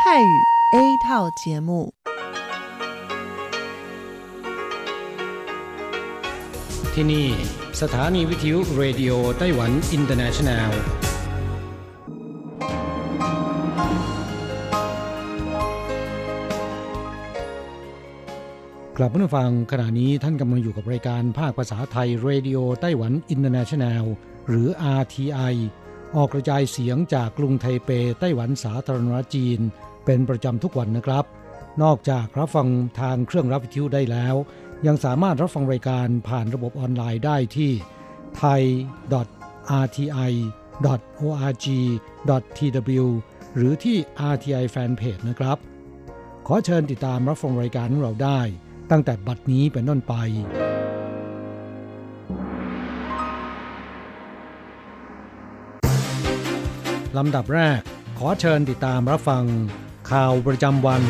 泰语 A 套节目ที่นี่สถานีวิทยุเรดิโอไต้หวันอินเตอร์เนชั่นแนลกลับมาฟังขณะนี้ท่านกำลังอยู่กับรายการภาคภาษาไทยเรดิโอไต้หวันอินเตอร์เนชั่นแนลหรือ RTI ออกกระจายเสียงจากกรุงไทเปไต้หวันสาธารณรัฐจีนเป็นประจำทุกวันนะครับนอกจากรับฟังทางเครื่องรับวิทยุได้แล้วยังสามารถรับฟังรายการผ่านระบบออนไลน์ได้ที่ thai.rti.org.tw หรือที่ RTI Fanpage นะครับขอเชิญติดตามรับฟังรายการของเราได้ตั้งแต่บัดนี้เป็นต้นไปลำดับแรกขอเชิญติดตามรับฟังข่าวประจำวัน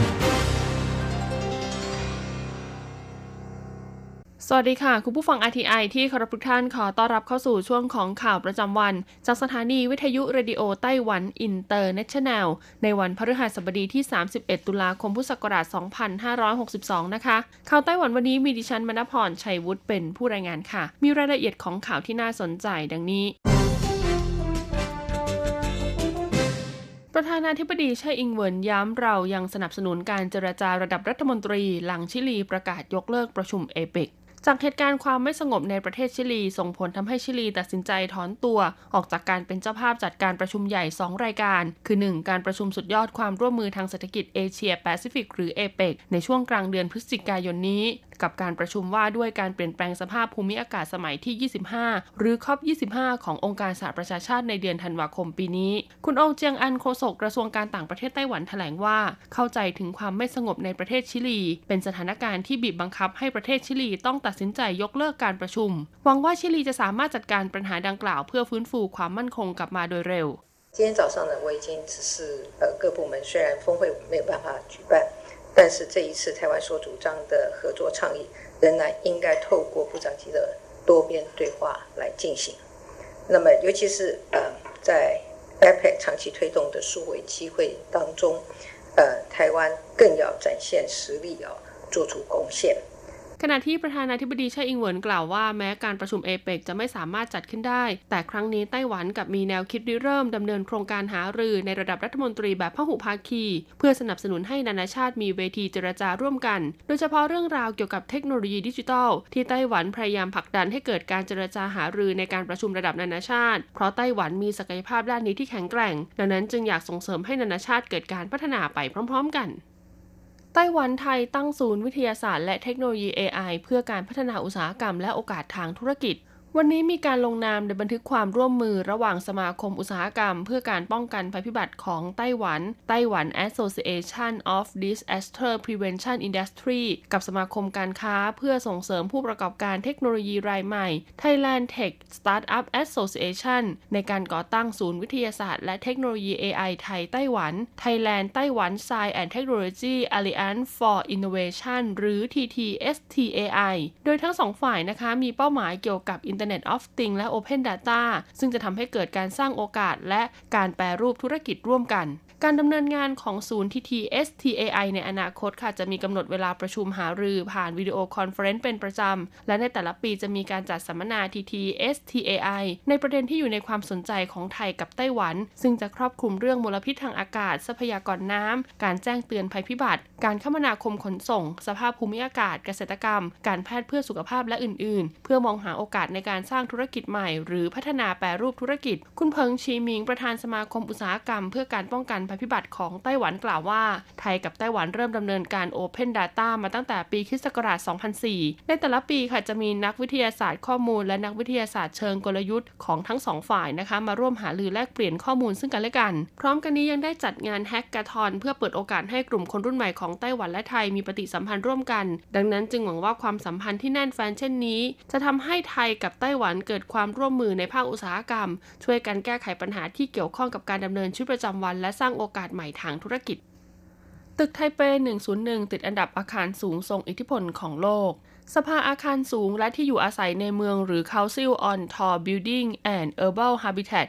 สวัสดีค่ะคุณผู้ฟัง RTI ที่เคารพทุกท่านขอต้อนรับเข้าสู่ช่วงของข่าวประจำวันจากสถานีวิทยุเรดิโอไต้หวันอินเตอร์เนชั่นแนลในวันพฤหัสบดีที่31ตุลาคมพุทธศักราช2562นะคะข่าวไต้หวันวันนี้มีดิฉันมณพรชัยวุฒิเป็นผู้รายงานค่ะมีรายละเอียดของข่าวที่น่าสนใจดังนี้ประธานาธิบดีไช่อิงเหวินย้ำเรายังสนับสนุนการเจรจาระดับรัฐมนตรีหลังชิลีประกาศยกเลิกประชุมเอเปกจากเหตุการณ์ความไม่สงบในประเทศชิลีส่งผลทำให้ชิลีตัดสินใจถอนตัวออกจากการเป็นเจ้าภาพจัดการประชุมใหญ่2รายการคือ 1. การประชุมสุดยอดความร่วมมือทางเศรษฐกิจเอเชียแปซิฟิกหรือเอเปกในช่วงกลางเดือนพฤศจิกายนนี้กับการประชุมว่าด้วยการเปลี่ยนแปลงสภาพภูมิอากาศสมัยที่25หรือ COP25 ขององค์การสหประชาชาติในเดือนธันวาคมปีนี้คุณโอเจียงอันโฆษกกระทรวงการต่างประเทศไต้หวันแถลงว่าเข้าใจถึงความไม่สงบในประเทศชิลีเป็นสถานการณ์ที่บีบบังคับให้ประเทศชิลีต้องตัดสินใจยกเลิกการประชุมหวังว่าชิลีจะสามารถจัดการปัญหาดังกล่าวเพื่อฟื้นฟูความมั่นคงกลับมาโดยเร็ว今天早上呢，我已经指示各部门，虽然峰会没有办法举办，但是这一次台湾所主张的合作倡议，仍然应该透过部长级的多边对话来进行。那么，尤其是在 APEC 长期推动的数位机会当中，台湾更要展现实力，做出贡献。 ขณะที่ประธานาธิบดีไช่อิงเหวินกล่าวว่าแม้การประชุมเอเปกจะไม่สามารถจัดขึ้นได้แต่ครั้งนี้ไต้หวันกับมีแนวคิดริเริ่มดำเนินโครงการหารือในระดับรัฐมนตรีแบบพหุภาคีเพื่อสนับสนุนให้นานาชาติมีเวทีเจรจาร่วมกันโดยเฉพาะเรื่องราวเกี่ยวกับเทคโนโลยีดิจิทัลที่ไต้หวันพยายามผลักดันให้เกิดการเจรจาหารือในการประชุมระดับนานาชาติเพราะไต้หวันมีศักยภาพด้านนี้ที่แข็งแกร่งดังนั้นจึงอยากส่งเสริมให้นานาชาติเกิดการพัฒนาไปพร้อมๆกันไต้หวันไทยตั้งศูนย์วิทยาศาสตร์และเทคโนโลยี AI เพื่อการพัฒนาอุตสาหกรรมและโอกาสทางธุรกิจวันนี้มีการลงนามในบันทึกความร่วมมือระหว่างสมาคมอุตสาหกรรมเพื่อการป้องกันภัยพิบัติของไต้หวัน Taiwan Association of Disaster Prevention Industry กับสมาคมการค้าเพื่อส่งเสริมผู้ประกอบการเทคโนโลยีรายใหม่ Thailand Tech Startup Association ในการก่อตั้งศูนย์วิทยาศาสตร์และเทคโนโลยี AI ไทยไต้หวัน Thailand Taiwan Science and Technology Alliance for Innovation หรือ TTSTAI โดยทั้งสองฝ่ายนะคะมีเป้าหมายเกี่ยวกับInternet of Things และ Open Data ซึ่งจะทำให้เกิดการสร้างโอกาสและการแปรรูปธุรกิจร่วมกันการดำเนินงานของศูนย์ TTSTAI ในอนาคตค่ะจะมีกำหนดเวลาประชุมหารือผ่านวิดีโอคอนเฟอเรนซ์เป็นประจำและในแต่ละปีจะมีการจัดสัมมนา TTSTAI ในประเด็นที่อยู่ในความสนใจของไทยกับไต้หวันซึ่งจะครอบคลุมเรื่องมลพิษทางอากาศทรัพยากรน้ำการแจ้งเตือนภัยพิบัติการคมนาคมขนส่งสภาพภูมิอากาศเกษตรกรรมการแพทย์เพื่อสุขภาพและอื่นๆเพื่อมองหาโอกาสในการสร้างธุรกิจใหม่หรือพัฒนาแปรรูปธุรกิจคุณเพิงชีมิงประธานสมาคมอุตสาหกรรมเพื่อการป้องกันภัยพิบัติของไต้หวันกล่าวว่าไทยกับไต้หวันเริ่มดำเนินการ Open Data มาตั้งแต่ปีค.ศ. 2004ในแต่ละปีค่ะจะมีนักวิทยาศาสตร์ข้อมูลและนักวิทยาศาสตร์เชิงกลยุทธ์ของทั้งสองฝ่ายนะคะมาร่วมหารือแลกเปลี่ยนข้อมูลซึ่งกันและกันพร้อมกันนี้ยังได้จัดงานแฮกเกอทอนเพื่อเปิดโอกาสให้กลุ่มคนรุ่นใหม่ของไต้หวันและไทยมีปฏิสัมพันธ์ร่วมกันดังนั้นจึงหวังว่าความสัมพันธ์ที่แน่นแฟ้นเช่นนี้จะทำให้ไทยกับไต้หวันเกิดความร่วมมือในภาคอุตสาหกรรมช่วยกันแก้ไขปัญหาที่เกี่ยวข้องกับการดำเนินชีวิตประจำวันและสร้างโอกาสใหม่ทางธุรกิจตึกไทเป 101 ติดอันดับอาคารสูงทรงอิทธิพลของโลกสภาอาคารสูงและที่อยู่อาศัยในเมืองหรือ Council on Tall Building and Urban Habitat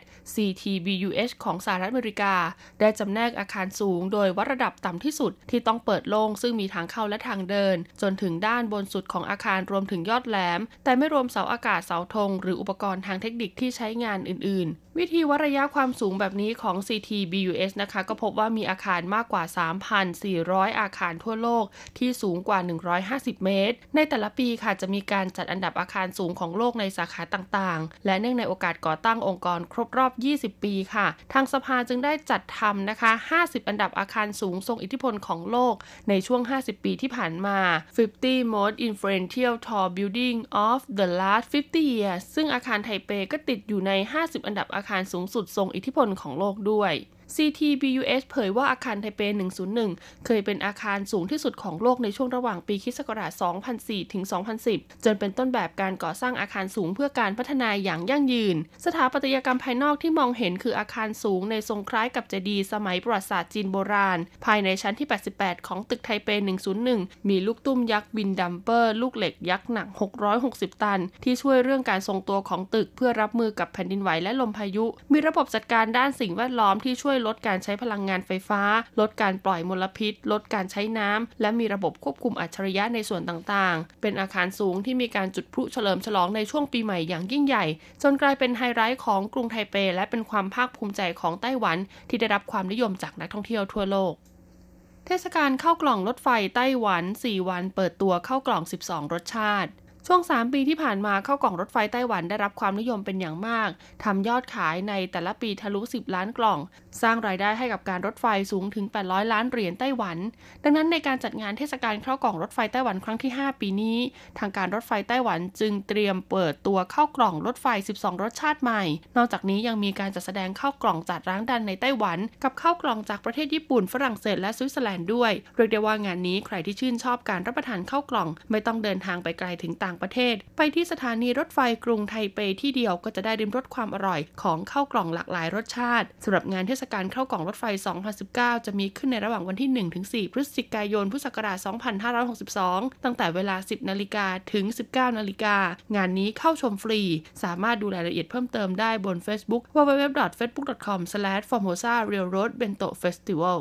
CTBUH ของสหรัฐอเมริกาได้จำแนกอาคารสูงโดยวัดระดับต่ำที่สุดที่ต้องเปิดโล่งซึ่งมีทางเข้าและทางเดินจนถึงด้านบนสุดของอาคารรวมถึงยอดแหลมแต่ไม่รวมเสาอากาศเสาธงหรืออุปกรณ์ทางเทคนิคที่ใช้งานอื่นๆวิธีวัดระยะความสูงแบบนี้ของ CTBUH นะคะก็พบว่ามีอาคารมากกว่า 3,400 อาคารทั่วโลกที่สูงกว่า150 เมตรในแต่ละปีค่ะจะมีการจัดอันดับอาคารสูงของโลกในสาขาต่างๆและเนื่องในโอกาสก่อตั้งองค์กรครบรอบ20 ปีค่ะทางสภาจึงได้จัดทำนะคะ50อันดับอาคารสูงทรงอิทธิพลของโลกในช่วง50ปีที่ผ่านมา50 Most Influential Tall Building of the Last 50 Years ซึ่งอาคารไทเปก็ติดอยู่ใน50อันดับอาคารสูงสุดทรงอิทธิพลของโลกด้วย CTBUH เผยว่าอาคารไทเป 101 เคยเป็นอาคารสูงที่สุดของโลกในช่วงระหว่างปีค.ศ. 2004 ถึง 2010 จนเป็นต้นแบบการก่อสร้างอาคารสูงเพื่อการพัฒนาอย่างยั่งยืนสถาปัตยกรรมภายนอกที่มองเห็นคืออาคารสูงในทรงคล้ายกับเจดีย์สมัยประวัติศาสตร์จีนโบราณภายในชั้นที่ 88 ของตึกไทเป 101 มีลูกตุ้มยักษ์วินดัมเปอร์ลูกเหล็กยักษ์หนัก 660 ตันที่ช่วยเรื่องการทรงตัวของตึกเพื่อรับมือกับแผ่นดินไหวและลมพายุมีระบบจัดการด้านสิ่งแวดล้อมที่ช่วยลดการใช้พลังงานไฟฟ้าลดการปล่อยมลพิษลดการใช้น้ำและมีระบบควบคุมอัจฉริยะในส่วนต่างๆเป็นอาคารสูงที่มีการจุดพลุเฉลิมฉลองในช่วงปีใหม่อย่างยิ่งใหญ่จนกลายเป็นไฮไลท์ของกรุงไทเปและเป็นความภาคภูมิใจของไต้หวันที่ได้รับความนิยมจากนักท่องเที่ยวทั่วโลกเทศกาลข้าวกล่องรถไฟไต้หวัน4วันเปิดตัวข้าวกล่อง12รสชาติช่วง3ปีที่ผ่านมาข้าวกล่องรถไฟไต้หวันได้รับความนิยมเป็นอย่างมากทำยอดขายในแต่ละปีทะลุ10ล้านกล่องสร้างรายได้ให้กับการรถไฟสูงถึง800ล้านเหรียญไต้หวันดังนั้นในการจัดงานเทศกาลข้าวกล่องรถไฟไต้หวันครั้งที่5ปีนี้ทางการรถไฟไต้หวันจึงเตรียมเปิดตัวข้าวกล่องรถไฟ12รสชาติใหม่นอกจากนี้ยังมีการจัดแสดงข้าวกล่องจากร้านดังในไต้หวันกับข้าวกล่องจากประเทศญี่ปุ่นฝรั่งเศสและสวิตเซอร์แลนด์ด้วยเรียกได้ว่างานนี้ใครที่ชื่นชอบการรับประทานข้าวกล่องไม่ต้องเดินทางไปไกลถึงต่างประเทศไปที่สถานีรถไฟกรุงไทเปที่เดียวก็จะได้ริมรสความอร่อยของข้าวกล่องหลากหลายรสชาติสำหรับงานเทศกาลข้าวกล่องรถไฟ 2019 จะมีขึ้นในระหว่างวันที่ 1-4 พฤศจิกายนพุทธศักราช 2562 ตั้งแต่เวลา 10 นาฬิกาถึง 19 นาฬิกางานนี้เข้าชมฟรีสามารถดูรายละเอียดเพิ่มเติมได้บน Facebook www.facebook.com/Formosa Railroad Bento Festival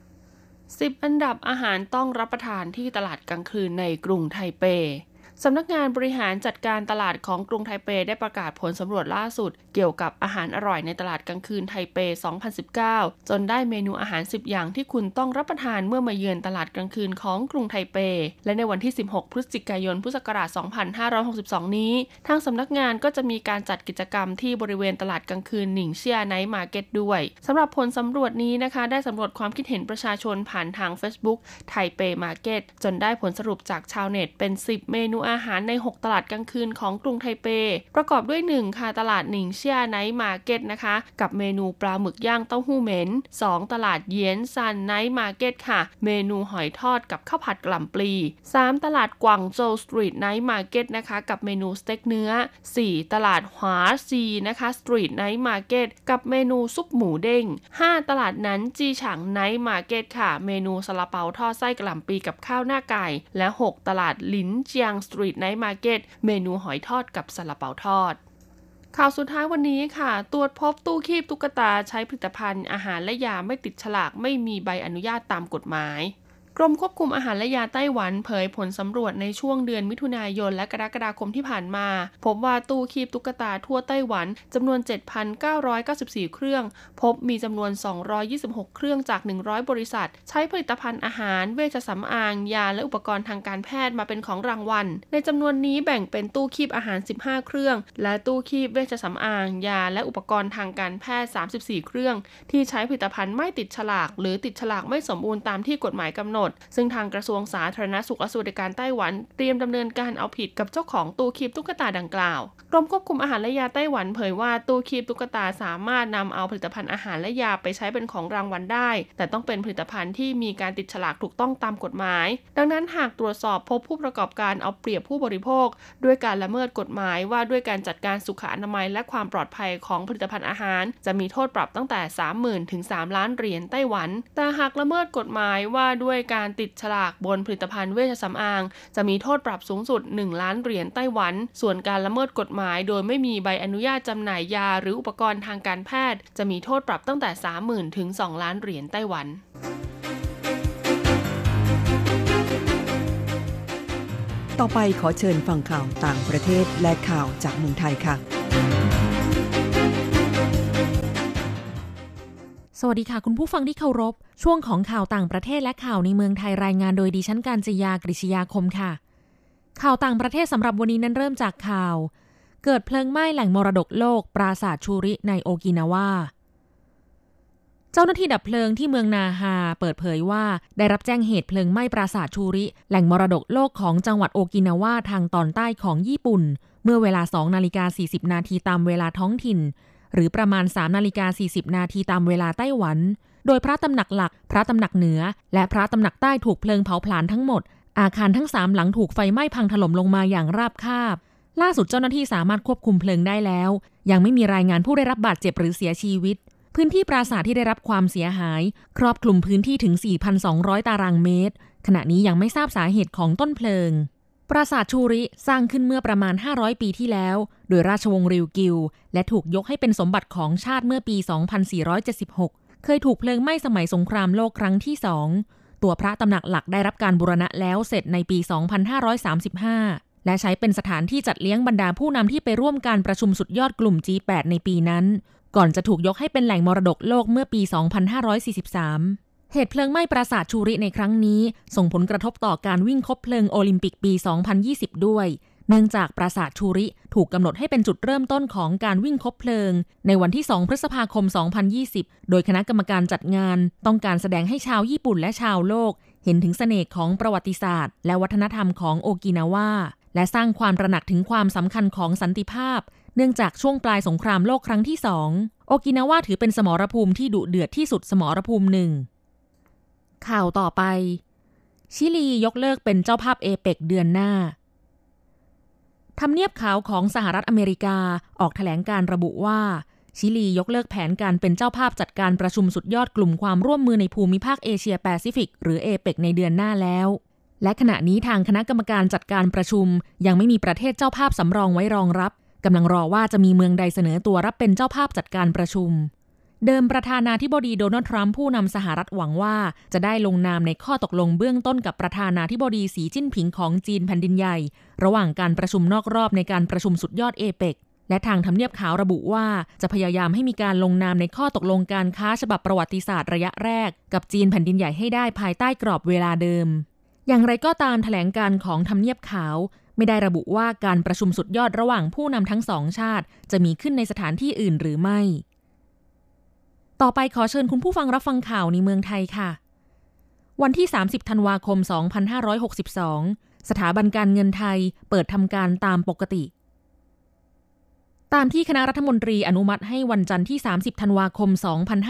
10 อันดับอาหารต้องรับประทานที่ตลาดกลางคืนในกรุงไทเปสำนักงานบริหารจัดการตลาดของกรุงไทเปได้ประกาศผลสำรวจล่าสุดเกี่ยวกับอาหารอร่อยในตลาดกลางคืนไทเป 2019 จนได้เมนูอาหาร10อย่างที่คุณต้องรับประทานเมื่อมาเยือนตลาดกลางคืนของกรุงไทเปและในวันที่ 16 พฤศจิกายนพุทธศักราช 2562 นี้ทางสำนักงานก็จะมีการจัดกิจกรรมที่บริเวณตลาดกลางคืนหนิงเซียไนท์มาร์เก็ตด้วยสำหรับผลสำรวจนี้นะคะได้สำรวจความคิดเห็นประชาชนผ่านทาง Facebook ไทเปมาร์เก็ตจนได้ผลสรุปจากชาวเน็ตเป็น10เมนูอาหารใน6ตลาดกลางคืนของกรุงไทเปประกอบด้วย1ค่ะตลาดหนิงเซียไนท์มาร์เก็ตนะคะกับเมนูปลาหมึกย่างเต้าหู้เหม็น2ตลาดเยียนซันไนท์มาร์เก็ตค่ะเมนูหอยทอดกับข้าวผัดกะหล่ำปลี3ตลาดกวางโจวสตรีทไนท์มาร์เก็ตนะคะกับเมนูสเต็กเนื้อ4ตลาดหวาซีนะคะสตรีทไนท์มาร์เก็ตกับเมนูซุปหมูเด้ง5ตลาดนั้นจีฉางไนท์มาร์เก็ตค่ะเมนูซาลาเปาทอดไส้กะหล่ำปลีกับข้าวหน้าไก่และ6ตลาดหลินเจียงสตรีทไนท์มาร์เก็ตเมนูหอยทอดกับซาลาเปาทอดข่าวสุดท้ายวันนี้ค่ะตรวจพบตู้คีบตุ๊กตาใช้ผลิตภัณฑ์อาหารและยาไม่ติดฉลากไม่มีใบอนุญาตตามกฎหมายกรมควบคุมอาหารและยาไต้หวันเผยผลสำรวจในช่วงเดือนมิถุนายนและกรกฎาคมที่ผ่านมาพบว่าตู้คีบตุ๊กตาทั่วไต้หวันจำนวน 7,994 เครื่องพบมีจำนวน226เครื่องจาก100บริษัทใช้ผลิตภัณฑ์อาหารเวชสำอางยาและอุปกรณ์ทางการแพทย์มาเป็นของรางวัลในจำนวนนี้แบ่งเป็นตู้คีบอาหาร15เครื่องและตู้คีบเวชสำอางยาและอุปกรณ์ทางการแพทย์34เครื่องที่ใช้ผลิตภัณฑ์ไม่ติดฉลากหรือติดฉลากไม่สมบูรณ์ตามที่กฎหมายกำหนดดซึ่งทางกระทรวงสาธารณสุขและสวัสดิการไต้หวันเตรียมดำเนินการเอาผิดกับเจ้าของตู้คีบตุ๊กตาดังกล่าวกรมควบคุมอาหารและยาไต้หวันเผยว่าตู้คีบตุ๊กตาสามารถนำเอาผลิตภัณฑ์อาหารและยาไปใช้เป็นของรางวัลได้แต่ต้องเป็นผลิตภัณฑ์ที่มีการติดฉลากถูกต้องตามกฎหมายดังนั้นหากตรวจสอบพบผู้ประกอบการเอาเปรียบผู้บริโภคด้วยการละเมิดกฎหมายว่าด้วยการจัดการสุขอนามัยและความปลอดภัยของผลิตภัณฑ์อาหารจะมีโทษปรับตั้งแต่ 30,000 ถึง 3 ล้านเหรียญไต้หวันแต่หากละเมิดกฎหมายว่าด้วยการติดฉลากบนผลิตภัณฑ์เวชสำอางจะมีโทษปรับสูงสุด 1 ล้านเหรียญไต้หวันส่วนการละเมิดกฎหมายโดยไม่มีใบอนุญาตจำหน่ายยาหรืออุปกรณ์ทางการแพทย์จะมีโทษปรับตั้งแต่ 30,000 ถึง 2 ล้านเหรียญไต้หวันต่อไปขอเชิญฟังข่าวต่างประเทศและข่าวจากเมืองไทยค่ะสวัสดีค่ะคุณผู้ฟังที่เคารพช่วงของข่าวต่างประเทศและข่าวในเมืองไทยรายงานโดยดิฉันกาญจยากฤษยาคมค่ะข่าวต่างประเทศสำหรับวันนี้นั้นเริ่มจากข่าวเกิดเพลิงไหม้แหล่งมรดกโลกปราสาทชูริในโอกินาวาเจ้าหน้าที่ดับเพลิงที่เมืองนาฮาเปิดเผยว่าได้รับแจ้งเหตุเพลิงไหม้ปราสาทชูริแหล่งมรดกโลกของจังหวัดโอกินาวาทางตอนใต้ของญี่ปุ่นเมื่อเวลา 2:40 นาทีตามเวลาท้องถิ่นหรือประมาณ 3:40 นาทีตามเวลาไต้หวันโดยพระตำหนักหลักพระตำหนักเหนือและพระตำหนักใต้ถูกเพลิงเผาผลาญทั้งหมดอาคารทั้ง3หลังถูกไฟไหม้พังถล่มลงมาอย่างราบคาบล่าสุดเจ้าหน้าที่สามารถควบคุมเพลิงได้แล้วยังไม่มีรายงานผู้ได้รับบาดเจ็บหรือเสียชีวิตพื้นที่ปราสาทที่ได้รับความเสียหายครอบคลุมพื้นที่ถึง 4,200 ตารางเมตรขณะนี้ยังไม่ทราบสาเหตุของต้นเพลิงปราสาทชูริสร้างขึ้นเมื่อประมาณ500ปีที่แล้วโดยราชวงศ์ริวกิวและถูกยกให้เป็นสมบัติของชาติเมื่อปี 2476 เคยถูกเพลิงไหม้สมัยสงครามโลกครั้งที่2ตัวพระตำหนักหลักได้รับการบูรณะแล้วเสร็จในปี 2535 และใช้เป็นสถานที่จัดเลี้ยงบรรดาผู้นำที่ไปร่วมการประชุมสุดยอดกลุ่ม G8 ในปีนั้นก่อนจะถูกยกให้เป็นแหล่งมรดกโลกเมื่อปี 2543 เหตุเพลิงไหม้ปราสาทชูริในครั้งนี้ส่งผลกระทบต่อการวิ่งคบเพลิงโอลิมปิกปี 2020 ด้วยเนื่องจากปราสาทชูริถูกกำหนดให้เป็นจุดเริ่มต้นของการวิ่งคบเพลิงในวันที่ 2 พฤษภาคม 2020 โดยคณะกรรมการจัดงานต้องการแสดงให้ชาวญี่ปุ่นและชาวโลกเห็นถึงเสน่ห์ของประวัติศาสตร์และวัฒนธรรมของโอกินาวาและสร้างความตระหนักถึงความสำคัญของสันติภาพเนื่องจากช่วงปลายสงครามโลกครั้งที่2โอกินาวาถือเป็นสมรภูมิที่ดุเดือดที่สุดสมรภูมิหนึ่งข่าวต่อไปชิลียกเลิกเป็นเจ้าภาพเอเปกเดือนหน้าทำเนียบขาวของสหรัฐอเมริกาออกแถลงการระบุว่าชิลียกเลิกแผนการเป็นเจ้าภาพจัดการประชุมสุดยอดกลุ่มความร่วมมือในภูมิภาคเอเชียแปซิฟิกหรือเอเปกในเดือนหน้าแล้วและขณะนี้ทางคณะกรรมการจัดการประชุมยังไม่มีประเทศเจ้าภาพสำรองไว้รองรับกำลังรอว่าจะมีเมืองใดเสนอตัวรับเป็นเจ้าภาพจัดการประชุมเดิมประธานาธิบดีโดนัลด์ทรัมป์ผู้นำสหรัฐหวังว่าจะได้ลงนามในข้อตกลงเบื้องต้นกับประธานาธิบดีสีจิ้นผิงของจีนแผ่นดินใหญ่ระหว่างการประชุมนอกรอบในการประชุมสุดยอดเอเปกและทางทำเนียบขาวระบุว่าจะพยายามให้มีการลงนามในข้อตกลงการค้าฉบับประวัติศาสตร์ระยะแรกกับจีนแผ่นดินใหญ่ให้ได้ภายใต้กรอบเวลาเดิมอย่างไรก็ตามแถลงการของทำเนียบขาวไม่ได้ระบุว่าการประชุมสุดยอดระหว่างผู้นำทั้งสองชาติจะมีขึ้นในสถานที่อื่นหรือไม่ต่อไปขอเชิญคุณผู้ฟังรับฟังข่าวในเมืองไทยค่ะวันที่30ธันวาคม2562สถาบันการเงินไทยเปิดทำการตามปกติตามที่คณะรัฐมนตรีอนุมัติให้วันจันทร์ที่30ธันวาคม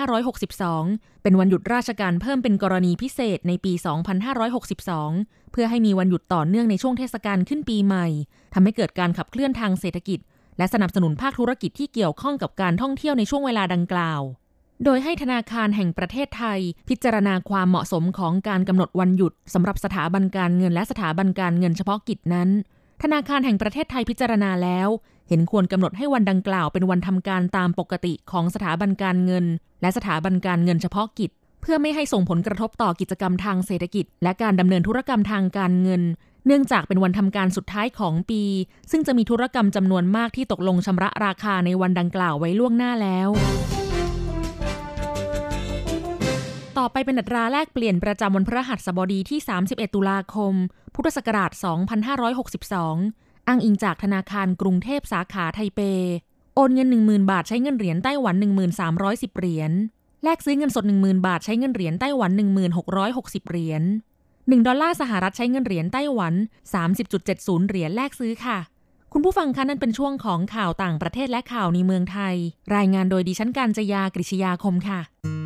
2562เป็นวันหยุดราชการเพิ่มเป็นกรณีพิเศษในปี2562เพื่อให้มีวันหยุดต่อเนื่องในช่วงเทศกาลขึ้นปีใหม่ทำให้เกิดการขับเคลื่อนทางเศรษฐกิจและสนับสนุนภาคธุรกิจที่เกี่ยวข้องกับการท่องเที่ยวในช่วงเวลาดังกล่าวโดยให้ธนาคารแห่งประเทศไทยพิจารณาความเหมาะสมของการกำหนดวันหยุดสำหรับสถาบันการเงินและสถาบันการเงินเฉพาะกิจนั้นธนาคารแห่งประเทศไทยพิจารณาแล้วเห็นควรกำหนดให้วันดังกล่าวเป็นวันทำการตามปกติของสถาบันการเงินและสถาบันการเงินเฉพาะกิจเพื่อไม่ให้ส่งผลกระทบต่อกิจกรรมทางเศรษฐกิจและการดำเนินธุรกรรมทางการเงินเนื่องจากเป็นวันทำการสุดท้ายของปีซึ่งจะมีธุรกรรมจำนวนมากที่ตกลงชำระราคาในวันดังกล่าวไว้ล่วงหน้าแล้วต่อไปเป็นอัตราแลกเปลี่ยนประจำวันพฤหัสบดีที่31ตุลาคมพุทธศักราช2562อ้างอิงจากธนาคารกรุงเทพสาขาไทเปโอนเงิน 10,000 บาทใช้เงินเหรียญไต้หวัน 1310 เหรียญแลกซื้อเงินสด 10,000 บาทใช้เงินเหรียญไต้หวัน 1660 เหรียญ 1 ดอลลาร์สหรัฐใช้เงินเหรียญไต้หวัน 30.70 เหรียญแลกซื้อค่ะคุณผู้ฟังคะนั่นเป็นช่วงของข่าวต่างประเทศและข่าวในเมืองไทยรายงานโดยดิฉันกาญจยากฤษยาคมค่ะ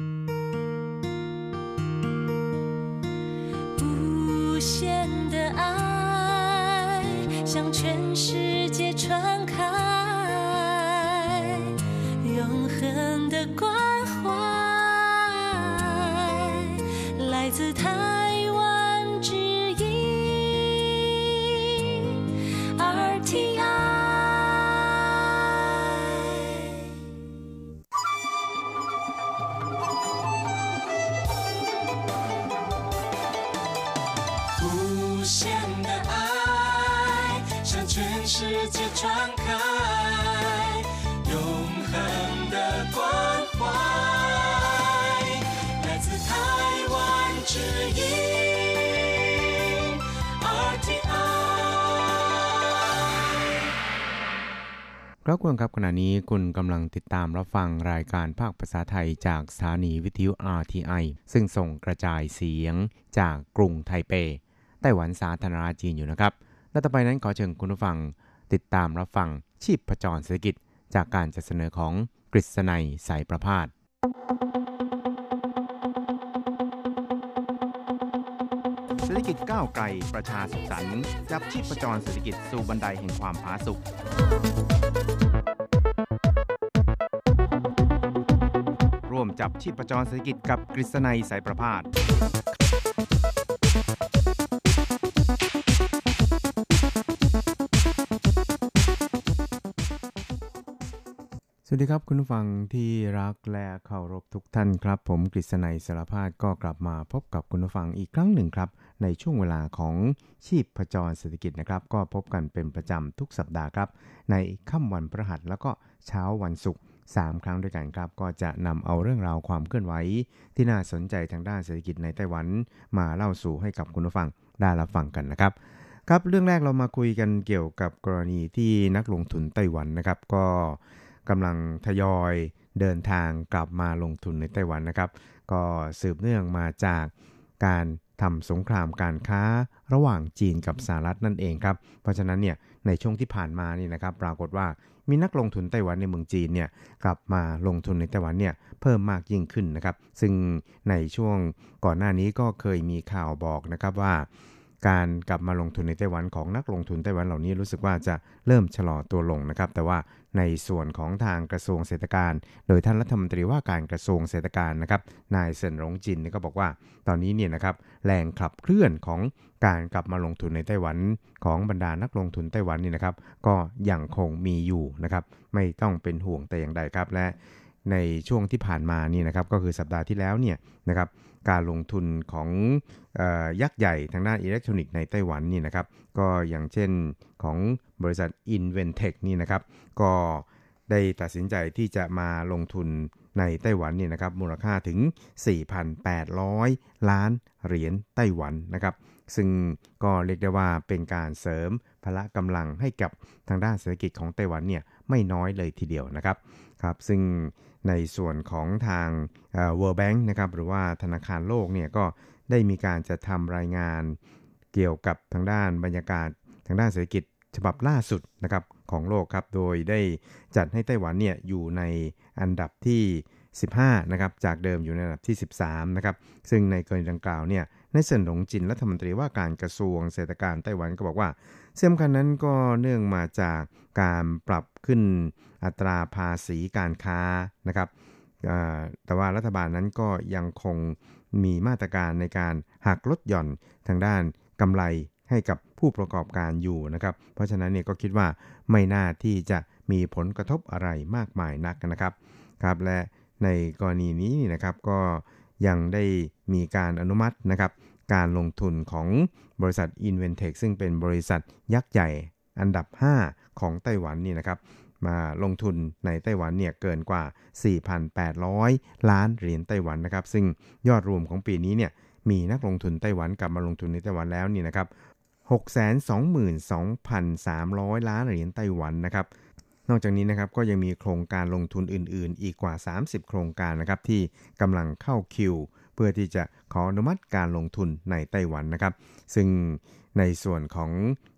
无限的爱向全世界传开永恒的关怀来自台湾之音 RTI全世界传开永恒的关怀来自台湾之音 RTI ครับคุณครับขณะนี้คุณกำลังติดตามรับฟังรายการภาคภาษาไทยจากสถานีวิทยุ RTI ซึ่งส่งกระจายเสียงจากกรุงไทเปไต้หวันสาธารณรัฐจีนอยู่นะครับและต่อไปนั้นขอเชิญคุณผู้ฟังติดตามรับฟังชีพจรเศรษฐกิจจากการจัดเสนอของกฤษณัยสายประภาสเศรษฐกิจก้าวไกลประชาสุขสันต์จับชีพจรเศรษฐกิจสู่บันไดแห่งความผาสุกร่วมจับชีพจรเศรษฐกิจกับกฤษณัยสายประภาสสวัสดีครับคุณผู้ฟังที่รักและเคารพทุกท่านครับผมกฤษณัยสารพาสก็กลับมาพบกับคุณผู้ฟังอีกครั้งหนึ่งครับในช่วงเวลาของชีพจรเศรษฐกิจนะครับก็พบกันเป็นประจำทุกสัปดาห์ครับในค่ำวันพฤหัสแล้วก็เช้าวันศุกร์3ครั้งด้วยกันครับก็จะนำเอาเรื่องราวความเคลื่อนไหวที่น่าสนใจทางด้านเศรษฐกิจในไต้หวันมาเล่าสู่ให้กับคุณผู้ฟังได้รับฟังกันนะครับครับเรื่องแรกเรามาคุยกันเกี่ยวกับกรณีที่นักลงทุนไต้หวันนะครับก็กำลังทยอยเดินทางกลับมาลงทุนในไต้หวันนะครับก็สืบเนื่องมาจากการทำสงครามการค้าระหว่างจีนกับสหรัฐนั่นเองครับเพราะฉะนั้นเนี่ยในช่วงที่ผ่านมานี่นะครับปรากฏว่ามีนักลงทุนไต้หวันในเมืองจีนเนี่ยกลับมาลงทุนในไต้หวันเนี่ยเพิ่มมากยิ่งขึ้นนะครับซึ่งในช่วงก่อนหน้านี้ก็เคยมีข่าวบอกนะครับว่าการกลับมาลงทุนในไต้หวันของนักลงทุนไต้หวันเหล่านี้รู้สึกว่าจะเริ่มชะลอตัวลงนะครับแต่ว่าในส่วนของทางกระทรวงเศรษฐกิจโดยท่านรัฐมนตรีว่าการกระทรวงเศรษฐกิจนะครับนายเซินหลงจินก็บอกว่าตอนนี้เนี่ยนะครับแรงขับเคลื่อนของการกลับมาลงทุนในไต้หวันของบรรดานักลงทุนไต้หวันนี่นะครับก็ยังคงมีอยู่นะครับไม่ต้องเป็นห่วงแต่อย่างใดครับและในช่วงที่ผ่านมานี่นะครับก็คือสัปดาห์ที่แล้วเนี่ยนะครับการลงทุนของยักษ์ใหญ่ทางด้านอิเล็กทรอนิกส์ในไต้หวันนี่นะครับก็อย่างเช่นของบริษัท Inventec นี่นะครับก็ได้ตัดสินใจที่จะมาลงทุนในไต้หวันนี่นะครับมูลค่าถึง 4,800 ล้านเหรียญไต้หวันนะครับซึ่งก็เรียกได้ว่าเป็นการเสริมพละกำลังให้กับทางด้านเศรษฐกิจของไต้หวันเนี่ยไม่น้อยเลยทีเดียวนะครับครับซึ่งในส่วนของทางWorld Bank นะครับหรือว่าธนาคารโลกเนี่ยก็ได้มีการจะทำรายงานเกี่ยวกับทางด้านบรรยากาศทางด้านเศรษฐกิจฉบับล่าสุดนะครับของโลกครับโดยได้จัดให้ไต้หวันเนี่ยอยู่ในอันดับที่15นะครับจากเดิมอยู่ในอันดับที่13นะครับซึ่งในกรณีดังกล่าวเนี่ยนายเซินหลงจินรัฐมนตรีว่าการกระทรวงเศรษฐกิจไต้หวันก็บอกว่าสำคัญนั้นก็เนื่องมาจากการปรับขึ้นอัตราภาษีการค้านะครับแต่ว่ารัฐบาลนั้นก็ยังคงมีมาตรการในการหักลดหย่อนทางด้านกำไรให้กับผู้ประกอบการอยู่นะครับเพราะฉะนั้นเนี่ยก็คิดว่าไม่น่าที่จะมีผลกระทบอะไรมากมายนักนะครับครับและในกรณีนี้นะครับก็ยังได้มีการอนุมัตินะครับการลงทุนของบริษัท Inventec ซึ่งเป็นบริษัทยักษ์ใหญ่อันดับ5ของไต้หวันนี่นะครับมาลงทุนในไต้หวันเนี่ยเกินกว่า 4,800 ล้านเหรียญไต้หวันนะครับซึ่งยอดรวมของปีนี้เนี่ยมีนักลงทุนไต้หวันกลับมาลงทุนในไต้หวันแล้วนี่นะครับ 622,300 ล้านเหรียญไต้หวันนะครับนอกจากนี้นะครับก็ยังมีโครงการลงทุนอื่นๆอีกกว่า30โครงการนะครับที่กำลังเข้าคิวเพื่อที่จะขออนุมัติการลงทุนในไต้หวันนะครับซึ่งในส่วนของ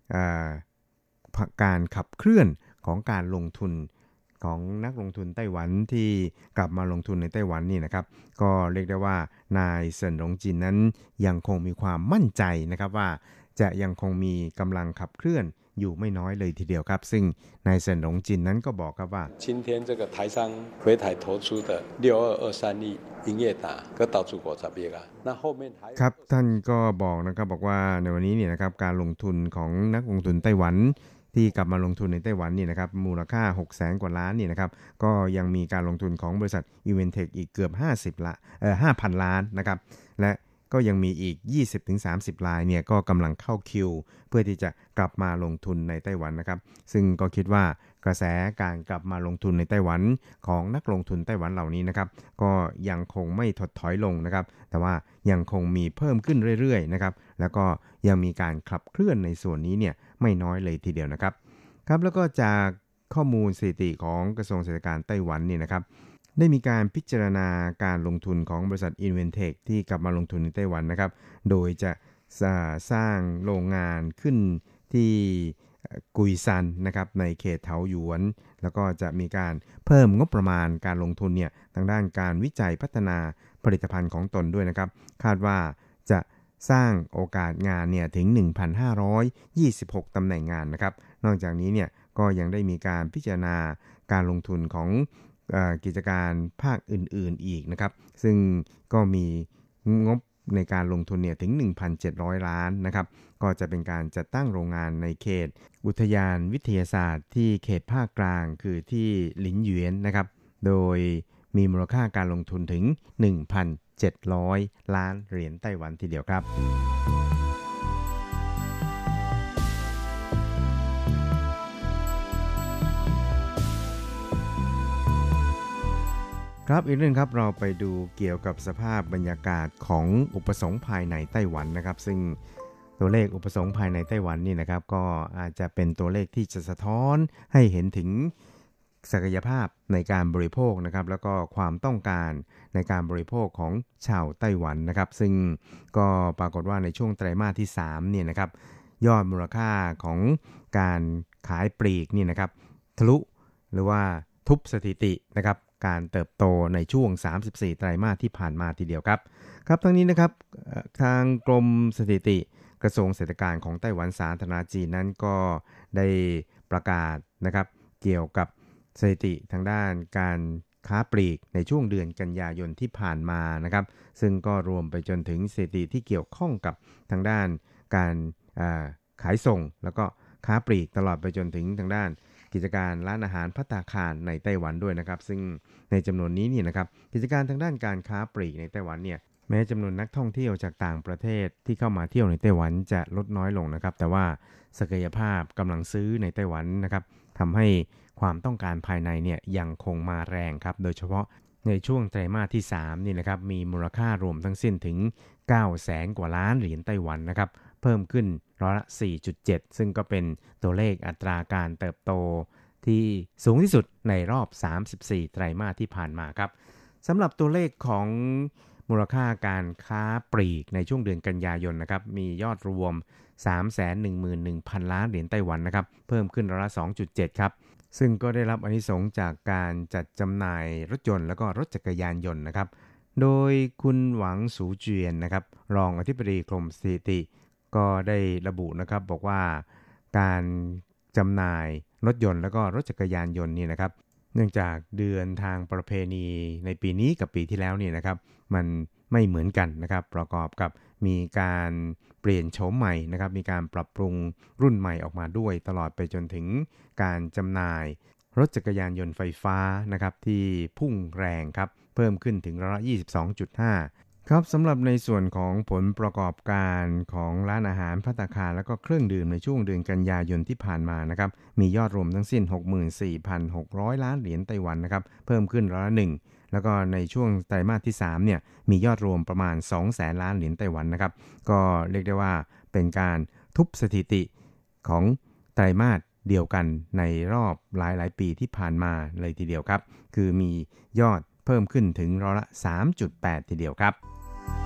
การขับเคลื่อนของการลงทุนของนักลงทุนไต้หวันที่กลับมาลงทุนในไต้หวันนี่นะครับก็เรียกได้ว่านายเซินหลงจินนั้นยังคงมีความมั่นใจนะครับว่าจะยังคงมีกำลังขับเคลื่อนอยู่ไม่น้อยเลยทีเดียวครับซึ่งนายเซินหลงจินนั้นก็บอกครับว่า今天这个台商回台投出的6223亿营业额ก็到出国这边啊那后面还ครับท่านก็บอกนะครับบอกว่าในวันนี้เนี่ยนะครับการลงทุนของนักลงทุนไต้หวันที่กลับมาลงทุนในไต้หวันนี่นะครับมูลค่า 600,000 กว่าล้านนี่นะครับก็ยังมีการลงทุนของบริษัท Inventec อีกเกือบ5,000 ล้านนะครับและก็ยังมีอีก 20-30 รายเนี่ยก็กำลังเข้าคิวเพื่อที่จะกลับมาลงทุนในไต้หวันนะครับซึ่งก็คิดว่ากระแสการกลับมาลงทุนในไต้หวันของนักลงทุนไต้หวันเหล่านี้นะครับก็ยังคงไม่ถดถอยลงนะครับแต่ว่ายังคงมีเพิ่มขึ้นเรื่อยๆนะครับแล้วก็ยังมีการขับเคลื่อนในส่วนนี้เนี่ยไม่น้อยเลยทีเดียวนะครับครับแล้วก็จากข้อมูลสถิติของกระทรวงเศรษฐกิจไต้หวันนี่นะครับได้มีการพิจารณาการลงทุนของบริษัท Inventec ที่กลับมาลงทุนในไต้หวันนะครับโดยจะสร้างโรงงานขึ้นที่กุยซันนะครับในเขตเถาหยวนแล้วก็จะมีการเพิ่มงบประมาณการลงทุนเนี่ยทางด้านการวิจัยพัฒนาผลิตภัณฑ์ของตนด้วยนะครับคาดว่าจะสร้างโอกาสงานเนี่ยถึง 1,526 ตำแหน่งงานนะครับนอกจากนี้เนี่ยก็ยังได้มีการพิจารณาการลงทุนของกิจการภาคอื่นๆอีกนะครับซึ่งก็มีงบในการลงทุนเนี่ยถึง 1,700 ล้านนะครับก็จะเป็นการจัดตั้งโรงงานในเขตอุทยานวิทยาศาสตร์ที่เขตภาคกลางคือที่หลินหยวนนะครับโดยมีมูลค่าการลงทุนถึง 1,700 ล้านเหรียญไต้หวันทีเดียวครับครับอีกเรื่องครับเราไปดูเกี่ยวกับสภาพบรรยากาศของอุปสงค์ภายในไต้หวันนะครับซึ่งตัวเลขอุปสงค์ภายในไต้หวันนี่นะครับก็อาจจะเป็นตัวเลขที่จะสะท้อนให้เห็นถึงศักยภาพในการบริโภคนะครับแล้วก็ความต้องการในการบริโภคของชาวไต้หวันนะครับซึ่งก็ปรากฏว่าในช่วงไตรมาสที่3เนี่ยนะครับยอดมูลค่าของการขายปลีกนี่นะครับทะลุหรือว่าทุบสถิตินะครับการเติบโตในช่วง34ไตรมาสที่ผ่านมาทีเดียวครับครับทั้งนี้นะครับทางกรมสถิติกระทรวงเศรษฐกิจของไต้หวันสาธารณจีนนั้นก็ได้ประกาศนะครับเกี่ยวกับสถิติทางด้านการค้าปลีกในช่วงเดือนกันยายนที่ผ่านมานะครับซึ่งก็รวมไปจนถึงสถิติที่เกี่ยวข้องกับทางด้านการขายส่งแล้วก็ค้าปลีกตลอดไปจนถึงทางด้านกิจการร้านอาหารภัตตาคารในไต้หวันด้วยนะครับซึ่งในจำนวนนี้นี่นะครับกิจการทางด้านการค้าปลีกในไต้หวันเนี่ยแม้จำนวนนักท่องเที่ยวจากต่างประเทศที่เข้ามาเที่ยวในไต้หวันจะลดน้อยลงนะครับแต่ว่าศักยภาพกำลังซื้อในไต้หวันนะครับทำให้ความต้องการภายในเนี่ยยังคงมาแรงครับโดยเฉพาะในช่วงไตรมาสที่3นี่นะครับมีมูลค่ารวมทั้งสิ้นถึง 900,000 กว่าล้านเหรียญไต้หวันนะครับเพิ่มขึ้นร้อยละ 4.7 ซึ่งก็เป็นตัวเลขอัตราการเติบโตที่สูงที่สุดในรอบ34ไตรมาสที่ผ่านมาครับสำหรับตัวเลขของมูลค่าการค้าปลีกในช่วงเดือนกันยายนนะครับมียอดรวม 311,000 ล้านเหรียญไต้หวันนะครับเพิ่มขึ้นร้อยละ 2.7 ครับซึ่งก็ได้รับอานิสงส์จากการจัดจำหน่ายรถยนต์แล้วก็รถจักรยานยนต์นะครับโดยคุณหวังสูเจียนนะครับรองอธิบดีกรมสถิติก็ได้ระบุนะครับบอกว่าการจำหน่ายรถยนต์แล้วก็รถจักรยานยนต์นี่นะครับเนื่องจากเดือนทางประเพณีในปีนี้กับปีที่แล้วนี่นะครับมันไม่เหมือนกันนะครับประกอบกับมีการเปลี่ยนโฉมใหม่นะครับมีการปรับปรุงรุ่นใหม่ออกมาด้วยตลอดไปจนถึงการจำหน่ายรถจักรยานยนต์ไฟฟ้านะครับที่พุ่งแรงครับเพิ่มขึ้นถึงร้อยละ 22.5 ครับสำหรับในส่วนของผลประกอบการของร้านอาหารภัตตาคารและก็เครื่องดื่มในช่วงเดือนกันยายนที่ผ่านมานะครับมียอดรวมทั้งสิ้น 64,600 ล้านเหรียญไต้หวันนะครับเพิ่มขึ้นร้อยละ 1แล้วก็ในช่วงไตรมาสที่3เนี่ยมียอดรวมประมาณ 200,000 ล้านเหรียญไต้หวันนะครับก็เรียกได้ว่าเป็นการทุบสถิติของไตรมาสเดียวกันในรอบหลายปีที่ผ่านมาเลยทีเดียวครับคือมียอดเพิ่มขึ้นถึงร้อยละ 3.8 ทีเดียวครับ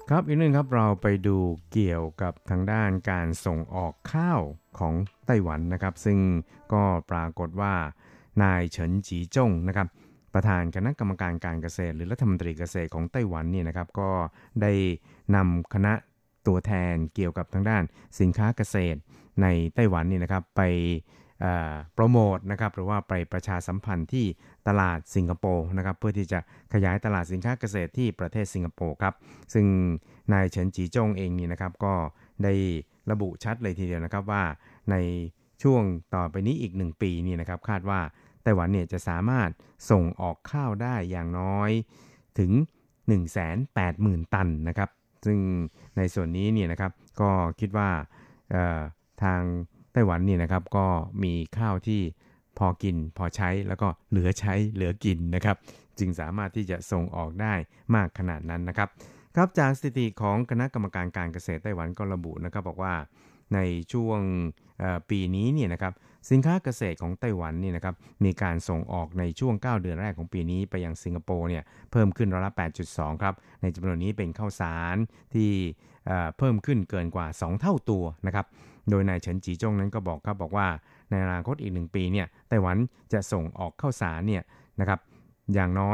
ครับอีกนึงครับเราไปดูเกี่ยวกับทางด้านการส่งออกข้าวของไต้หวันนะครับซึ่งก็ปรากฏว่านายเฉินจีจงนะครับประธานคณะกรรมการการเกษตรหรือรัฐมนตรีเกษตรของไต้หวันเนี่ยนะครับก็ได้นำคณะตัวแทนเกี่ยวกับทางด้านสินค้าเกษตรในไต้หวันนี่นะครับไปโปรโมทนะครับหรือว่าไปประชาสัมพันธ์ที่ตลาดสิงคโปร์นะครับเพื่อที่จะขยายตลาดสินค้าเกษตรที่ประเทศสิงคโปร์ครับซึ่งนายเฉินจีจงเองนี่นะครับก็ได้ระบุชัดเลยทีเดียวนะครับว่าในช่วงต่อไปนี้อีก1ปีนี่นะครับคาดว่าไต้หวันเนี่ยจะสามารถส่งออกข้าวได้อย่างน้อยถึง 180,000 ตันนะครับซึ่งในส่วนนี้เนี่ยนะครับก็คิดว่าทางไต้หวันนี่นะครับก็มีข้าวที่พอกินพอใช้แล้วก็เหลือใช้เหลือกินนะครับจึงสามารถที่จะส่งออกได้มากขนาดนั้นนะครับครับจากสถิติของคณะกรรมการการเกษตรไต้หวันก็ระบุนะครับบอกว่าในช่วงปีนี้เนี่ยนะครับสินค้าเกษตรของไต้หวันนี่นะครับมีการส่งออกในช่วง9เดือนแรกของปีนี้ไปยังสิงคโปร์เนี่ยเพิ่มขึ้นร้อยละ 8.2 ครับในจำนวนนี้เป็นข้าวสารที่เพิ่มขึ้นเกินกว่า2เท่าตัวนะครับโดยนายเฉินจีจงนั้นก็บอกว่าในอนาคตอีก1ปีเนี่ยไต้หวันจะส่งออกข้าวสารเนี่ยนะครับอย่างน้อย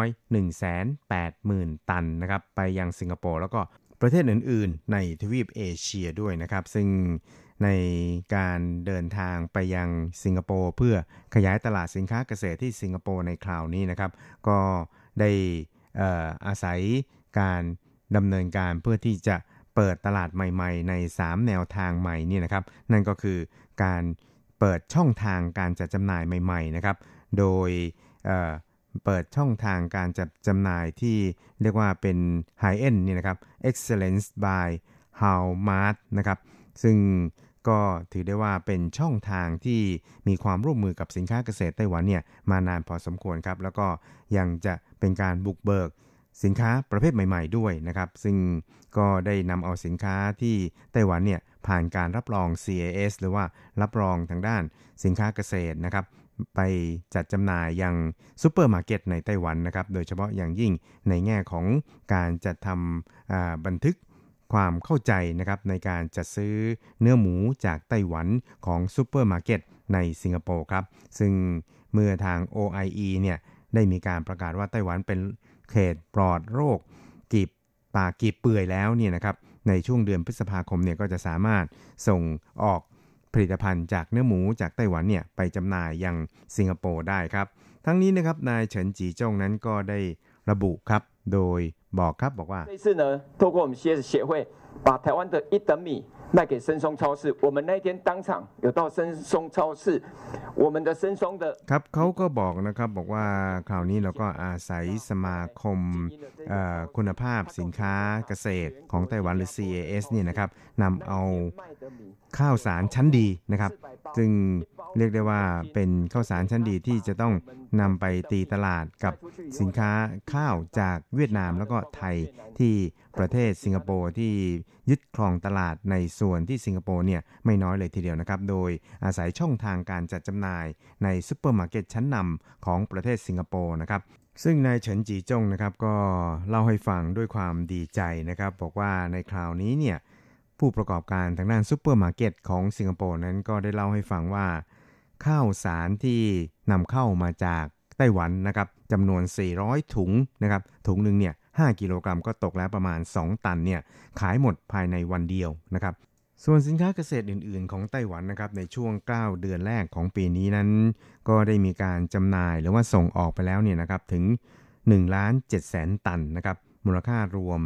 180,000 ตันนะครับไปยังสิงคโปร์แล้วก็ประเทศอื่นๆในทวีปเอเชียด้วยนะครับซึ่งในการเดินทางไปยังสิงคโปร์เพื่อขยายตลาดสินค้าเกษตรที่สิงคโปร์ในคราวนี้นะครับก็ได้อาศัยการดำเนินการเพื่อที่จะเปิดตลาดใหม่ๆใน3แนวทางใหม่นี่นะครับนั่นก็คือการเปิดช่องทางการจัดจำหน่ายใหม่ๆนะครับโดยเปิดช่องทางการจัดจำหน่ายที่เรียกว่าเป็น High End นี่นะครับ Excellence by Howmart นะครับซึ่งก็ถือได้ว่าเป็นช่องทางที่มีความร่วมมือกับสินค้าเกษตรไต้หวันเนี่ยมานานพอสมควรครับแล้วก็ยังจะเป็นการบุกเบิกสินค้าประเภทใหม่ๆด้วยนะครับซึ่งก็ได้นำเอาสินค้าที่ไต้หวันเนี่ยผ่านการรับรอง CAS หรือว่ารับรองทางด้านสินค้าเกษตรนะครับไปจัดจำหน่ายยังซุปเปอร์มาร์เก็ตในไต้หวันนะครับโดยเฉพาะอย่างยิ่งในแง่ของการจัดทำบันทึกความเข้าใจนะครับในการจัดซื้อเนื้อหมูจากไต้หวันของซุปเปอร์มาร์เก็ตในสิงคโปร์ครับซึ่งเมื่อทาง OIE เนี่ยได้มีการประกาศว่าไต้หวันเป็นเขตปลอดโรคกีบปากกีบเปื่อยแล้วเนี่ยนะครับในช่วงเดือนพฤษภาคมเนี่ยก็จะสามารถส่งออกผลิตภัณฑ์จากเนื้อหมูจากไต้หวันเนี่ยไปจำหน่ายยังสิงคโปร์ได้ครับทั้งนี้นะครับนายเฉินจีจงนั้นก็ได้ระบุครับโดยบอกว่า这次呢透过我们 CS 协会把台湾的一等米卖给生松超市我们那天当场有到生松超市我们的生松的ครับเขาก็บอกนะครับบอกว่าคราวนี้เราก็อาศัยสมาคมคุณภาพสินค้าเกษตรของไต้หวันหรือ CAS เนี่ยนะครับนำเอาข้าวสารชั้นดีนะครับซึ่งเรียกได้ว่าเป็นข้าวสารชั้นดีที่จะต้องนำไปตีตลาดกับสินค้าข้าวจากเวียดนามแล้วก็ไทยที่ประเทศสิงคโปร์ที่ยึดครองตลาดในส่วนที่สิงคโปร์เนี่ยไม่น้อยเลยทีเดียวนะครับโดยอาศัยช่องทางการจัดจำหน่ายในซุปเปอร์มาร์เก็ตชั้นนำของประเทศสิงคโปร์นะครับซึ่งนายเฉินจีจงนะครับก็เล่าให้ฟังด้วยความดีใจนะครับบอกว่าในคราวนี้เนี่ยผู้ประกอบการทางด้านซุปเปอร์มาร์เก็ตของสิงคโปร์นั้นก็ได้เล่าให้ฟังว่าข้าวสารที่นำเข้ามาจากไต้หวันนะครับจำนวน400ถุงนะครับถุงนึงเนี่ย5กิโลกรัมก็ตกแล้วประมาณ2ตันเนี่ยขายหมดภายในวันเดียวนะครับส่วนสินค้าเกษตรอื่นๆของไต้หวันนะครับในช่วง9เดือนแรกของปีนี้นั้นก็ได้มีการจำหน่ายหรือว่าส่งออกไปแล้วเนี่ยนะครับถึง 1,700,000 ตันนะครับมูลค่ารวม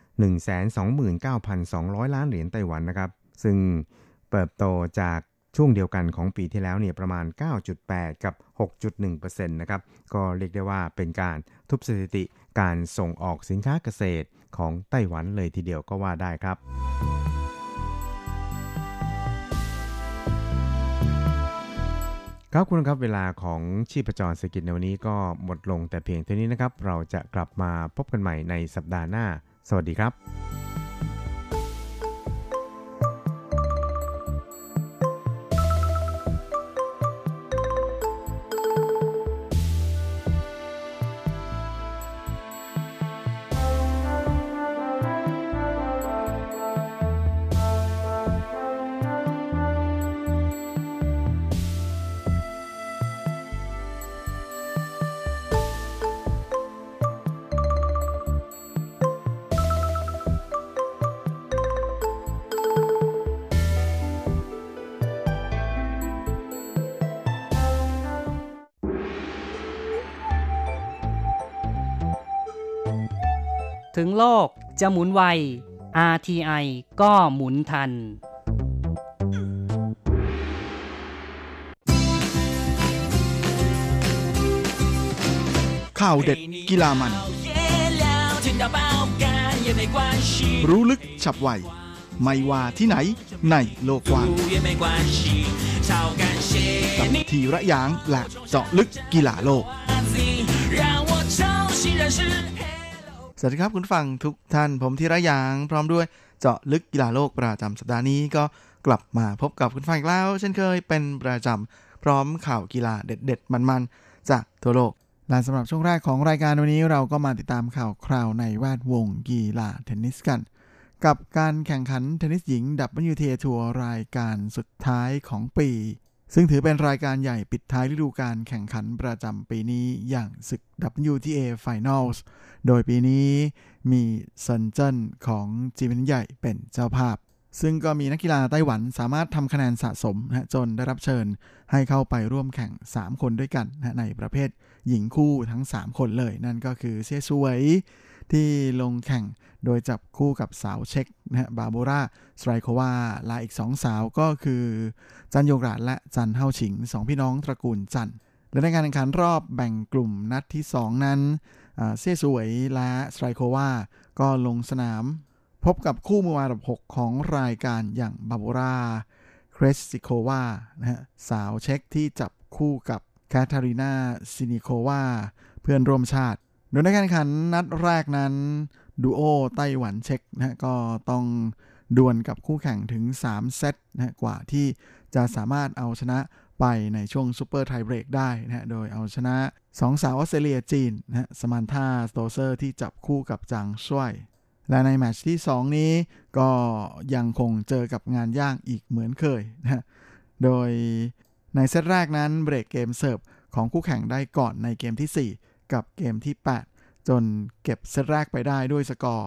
129,200 ล้านเหรียญไต้หวันนะครับซึ่งเติบโตจากช่วงเดียวกันของปีที่แล้วเนี่ยประมาณ 9.8 กับ 6.1% นะครับก็เรียกได้ว่าเป็นการทุบสถิติการส่งออกสินค้าเกษตรของไต้หวันเลยทีเดียวก็ว่าได้ครับครับคุณครับเวลาของชีพจรเศรษฐกิจในวันนี้ก็หมดลงแต่เพียงเท่านี้นะครับเราจะกลับมาพบกันใหม่ในสัปดาห์หน้าสวัสดีครับถึงโลกจะหมุนไว RTI ก็หมุนทันข่าวเด็ดกีฬามันรู้ลึกฉับไวไม่ว่าที่ไหนในโลกกว้างกับทีระยางและเจาะลึกกีฬาโลกสวัสดีครับคุณฟังทุกท่านผมธีระยางพร้อมด้วยเจาะลึกกีฬาโลกประจำสัปดาห์นี้ก็กลับมาพบกับคุณฟังอีกแล้วเช่นเคยเป็นประจำพร้อมข่าวกีฬาเด็ดๆมันๆจากทั่วโลกและสำหรับช่วงแรกของรายการวันนี้เราก็มาติดตามข่าวคราวในแวดวงกีฬาเทนนิสกันกับการแข่งขันเทนนิสหญิง WTA ทัวร์รายการสุดท้ายของปีซึ่งถือเป็นรายการใหญ่ปิดท้ายฤดูกาลแข่งขันประจำปีนี้อย่างศึก WTA Finals โดยปีนี้มีเซินเจิ้นของจีนใหญ่เป็นเจ้าภาพซึ่งก็มีนักกีฬาไต้หวันสามารถทำคะแนนสะสมจนได้รับเชิญให้เข้าไปร่วมแข่ง3คนด้วยกันในประเภทหญิงคู่ทั้ง3คนเลยนั่นก็คือเซี่ยซวยที่ลงแข่งโดยจับคู่กับสาวเช็กบาโบราสไตรโควาและอีก2สาวก็คือจันโยกราดและจันเฮาฉิง2พี่น้องตระกูลจันและในการแข่งขันรอบแบ่งกลุ่มนัดที่2นั้นเซี่ยซวยและสไตรโควาก็ลงสนามพบกับคู่มืออันดับ6ของรายการอย่างบาโบราเครสซิโควาสาวเช็กที่จับคู่กับแคทารีนาซินิโควาเพื่อนร่วมชาติโดยในการแข่งขันนัดแรกนั้นดูโอไต้หวันเช็กก็ต้องดวลกับคู่แข่งถึง3เซตกว่าที่จะสามารถเอาชนะไปในช่วงซูเปอร์ไทเบรกได้โดยเอาชนะ2สาวออสเตรเลียจีนสมานธาสโตเซอร์ที่จับคู่กับจางช่วยและในแมตช์ที่2นี้ก็ยังคงเจอกับงานยากอีกเหมือนเคยโดยในเซตแรกนั้นเบรกเกมเสิร์ฟของคู่แข่งได้ก่อนในเกมที่4กับเกมที่8จนเก็บเซตแรกไปได้ด้วยสกอร์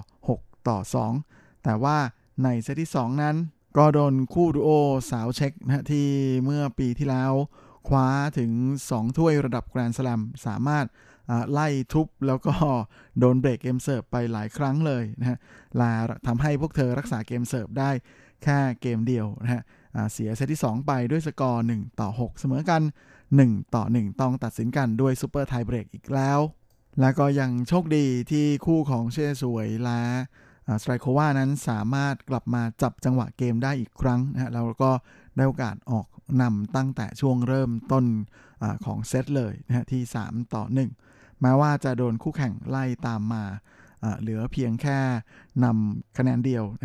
6-2แต่ว่าในเซตที่2นั้นก็โดนคู่ดูโอสาวเช็กที่เมื่อปีที่แล้วคว้าถึง2ถ้วยระดับแกรนด์สแลมสามารถไล่ทุบแล้วก็โดนเบรกเกมเสิร์ฟไปหลายครั้งเลยและทำให้พวกเธอรักษาเกมเสิร์ฟได้แค่เกมเดียวเสียเซตที่2ไปด้วยสกอร์1-6เสมอกัน1-1ต้องตัดสินกันด้วยซูเปอร์ไทเบรกอีกแล้วและก็ยังโชคดีที่คู่ของเชสวยและสไตรโควานั้นสามารถกลับมาจับจังหวะเกมได้อีกครั้งแล้วก็ได้โอกาสออกนำตั้งแต่ช่วงเริ่มต้นของเซตเลยที่3-1แม้ว่าจะโดนคู่แข่งไล่ตามมาเหลือเพียงแค่นำคะแนนเดียว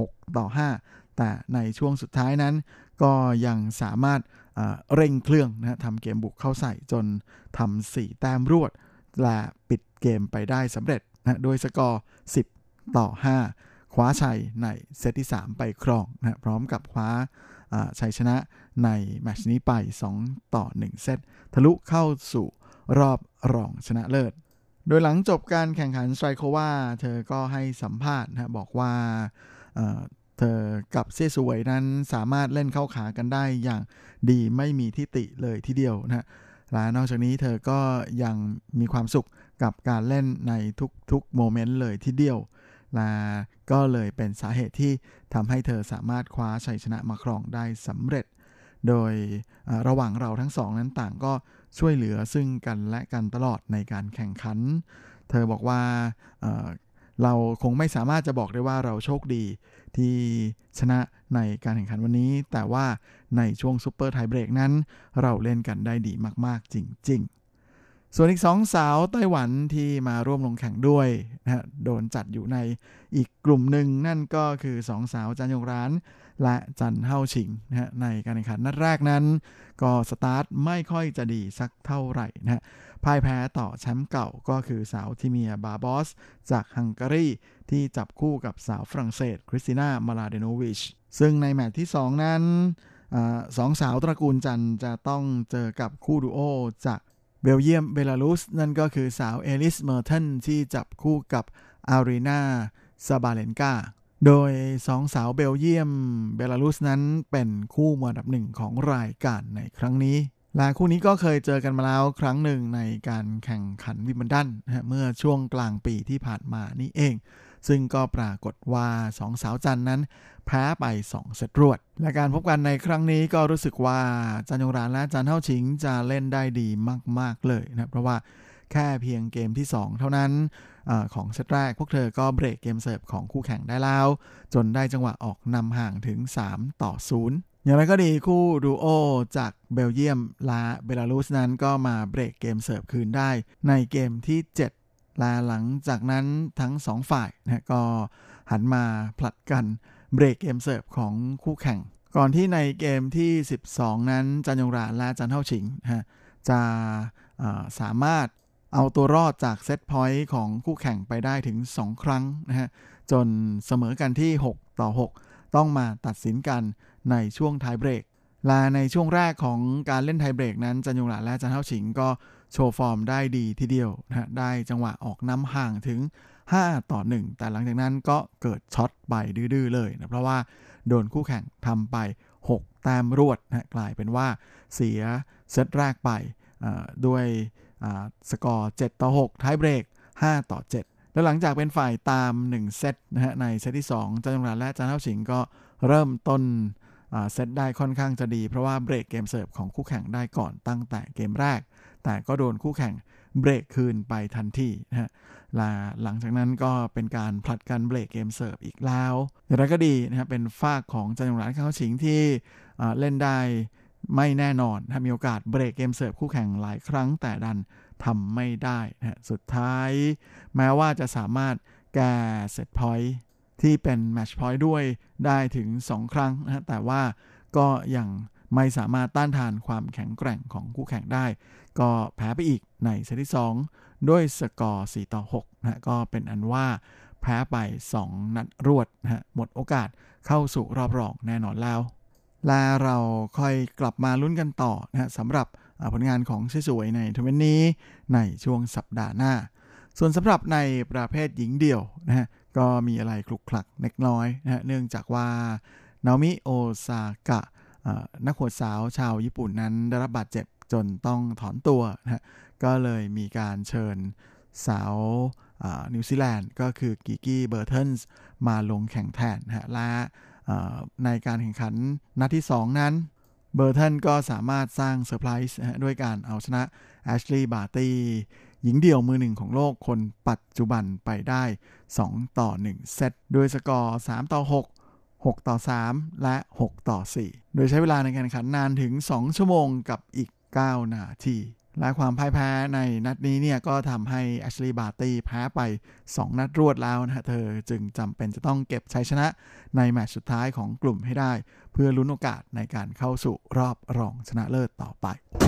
6-5แต่ในช่วงสุดท้ายนั้นก็ยังสามารถเร่งเครื่องทำเกมบุกเข้าใส่จนทำ4แต้มรวดและปิดเกมไปได้สำเร็จโดยสกอร์10-5คว้าชัยในเซตที่3ไปครองพร้อมกับคว้าชัยชนะในแมตช์นี้ไป2-1เซตทะลุเข้าสู่รอบรองชนะเลิศโดยหลังจบการแข่งขันสไตรโควาเธอก็ให้สัมภาษณ์บอกว่าเธอกับเซี่ยซวยนั้นสามารถเล่นเข้าขากันได้อย่างดีไม่มีทิฏฐิเลยทีเดียวและนอกจากนี้เธอก็ยังมีความสุขกับการเล่นในทุกๆโมเมนต์เลยทีเดียวและก็เลยเป็นสาเหตุที่ทำให้เธอสามารถคว้าชัยชนะมาครองได้สำเร็จโดยระหว่างเราทั้งสองนั้นต่างก็ช่วยเหลือซึ่งกันและกันตลอดในการแข่งขันเธอบอกว่าเราคงไม่สามารถจะบอกได้ว่าเราโชคดีที่ชนะในการแข่งขันวันนี้แต่ว่าในช่วงซุปเปอร์ไทเบรกนั้นเราเล่นกันได้ดีมากๆจริงๆส่วนอีก2สาวไต้หวันที่มาร่วมลงแข่งด้วยโดนจัดอยู่ในอีกกลุ่มหนึ่งนั่นก็คือ2สาวจันยงร้านและจันเฮาฉิงในการแข่งขันนัดแรกนั้นก็สตาร์ทไม่ค่อยจะดีสักเท่าไหร่พ่ายแพ้ต่อแชมป์เก่าก็คือสาวทิเมียบาบอสจากฮังการีที่จับคู่กับสาวฝรั่งเศสคริสติน่ามาลาเดโนวิชซึ่งในแมตช์ที่2นั้น2สาวตระกูลจันจะต้องเจอกับคู่ดูโอจากเบลเยียมเบลารุสนั่นก็คือสาวเอลิสเมอร์เทนที่จับคู่กับอารีนาซาบาเลนกาโดย2สาวเบลเยียมเบลารุสนั้นเป็นคู่มืออันดับ1ของรายการในครั้งนี้และคู่นี้ก็เคยเจอกันมาแล้วครั้งหนึ่งในการแข่งขันวิมเบิลดันเมื่อช่วงกลางปีที่ผ่านมานี่เองซึ่งก็ปรากฏว่า2สาวจันนั้นแพ้ไป2เซตรวดและการพบกันในครั้งนี้ก็รู้สึกว่าจันยงรานและจันเฮาชิงจะเล่นได้ดีมากๆเลยนะเพราะว่าแค่เพียงเกมที่2เท่านั้นของเซตแรกพวกเธอก็เบรกเกมเสิร์ฟของคู่แข่งได้แล้วจนได้จังหวะออกนำห่างถึง3-0อย่างไรก็ดีคู่ดูโอจากเบลเยียมและเบลารุสนั้นก็มาเบรกเกมเสิร์ฟคืนได้ในเกมที่7และหลังจากนั้นทั้ง2ฝ่ายนะก็หันมาผลัดกันเบรกเกมเสิร์ฟของคู่แข่งก่อนที่ในเกมที่12นั้นจันยงรานและจันเฮาชิงจะสามารถเอาตัวรอดจากเซตพอยต์ของคู่แข่งไปได้ถึง2ครั้งนะฮะจนเสมอกันที่6-6ต้องมาตัดสินกันในช่วงไทยเบรกและในช่วงแรกของการเล่นไทยเบรกนั้นจันยงรานและจันเฮาชิงก็โชว์ฟอร์มได้ดีทีเดียวนะได้จังหวะออกนำห่างถึง5-1แต่หลังจากนั้นก็เกิดช็อตไปดื้อๆเลยนะเพราะว่าโดนคู่แข่งทำไป6แต้มรวดนะกลายเป็นว่าเสียเซตแรกไปด้วยสกอร์7-6ท้ายเบรก5-7แล้วหลังจากเป็นฝ่ายตาม1เซตนะฮะในเซตที่2จันยงรานและจันเฮาชิงก็เริ่มต้นเซตได้ค่อนข้างจะดีเพราะว่าเบรกเกมเสิร์ฟของคู่แข่งได้ก่อนตั้งแต่เกมแรกแต่ก็โดนคู่แข่งเบรกคืนไปทันทีนะฮะและหลังจากนั้นก็เป็นการผลัดกันเบรกเกมเสิร์ฟอีกแล้วอย่างไรก็ดีนะครับเป็นฝากของจันยงรานและเฮาชิงที่เล่นได้ไม่แน่นอนนะมีโอกาสเบรกเกมเสิร์ฟคู่แข่งหลายครั้งแต่ดันทำไม่ได้นะสุดท้ายแม้ว่าจะสามารถแก้เซตพอยต์ที่เป็นแมตช์พอยต์ด้วยได้ถึง2ครั้งนะแต่ว่าก็ยังไม่สามารถต้านทานความแข็งแกร่งของคู่แข่งได้ก็แพ้ไปอีกในเซตที่2ด้วยสกอร์4-6นะก็เป็นอันว่าแพ้ไป2นัดรวดนะหมดโอกาสเข้าสู่รอบรองแน่นอนแล้วและเราค่อยกลับมาลุ้นกันต่อนะสำหรับผลงานของสวยๆในทัวร์นาเมนต์นี้ในช่วงสัปดาห์หน้าส่วนสำหรับในประเภทหญิงเดี่ยวนะฮะก็มีอะไรคลุกคลักเล็กน้อยนะฮะเนื่องจากว่านาโอมิโอซากะนักโหดสาวชาวญี่ปุ่นนั้นได้รับบาดเจ็บจนต้องถอนตัวนะฮะก็เลยมีการเชิญสาวนิวซีแลนด์ก็คือกิกกี้เบอร์เทนส์มาลงแข่งแทนนะฮะและในการแข่งขันนัดที่2นั้นเบอร์เทนก็สามารถสร้างเซอร์ไพรส์ด้วยการเอาชนะแอชลีย์บาร์ตี้หญิงเดี่ยวมือ1ของโลกคนปัจจุบันไปได้2-1เซตโดยสกอร์3-6 6-3และ6-4โดยใช้เวลาในการแข่งขันนานถึง2ชั่วโมงกับอีก9นาทีและความพ่ายแพ้ในนัดนี้เนี่ยก็ทำให้แอชลีย์บาร์ตี้แพ้ไป2นัดรวดแล้วนะฮะเธอจึงจำเป็นจะต้องเก็บชัยชนะในแมตช์สุดท้ายของกลุ่มให้ได้เพื่อลุ้นโอกาสในการเข้าสู่รอบรองชนะเลิศต่อไป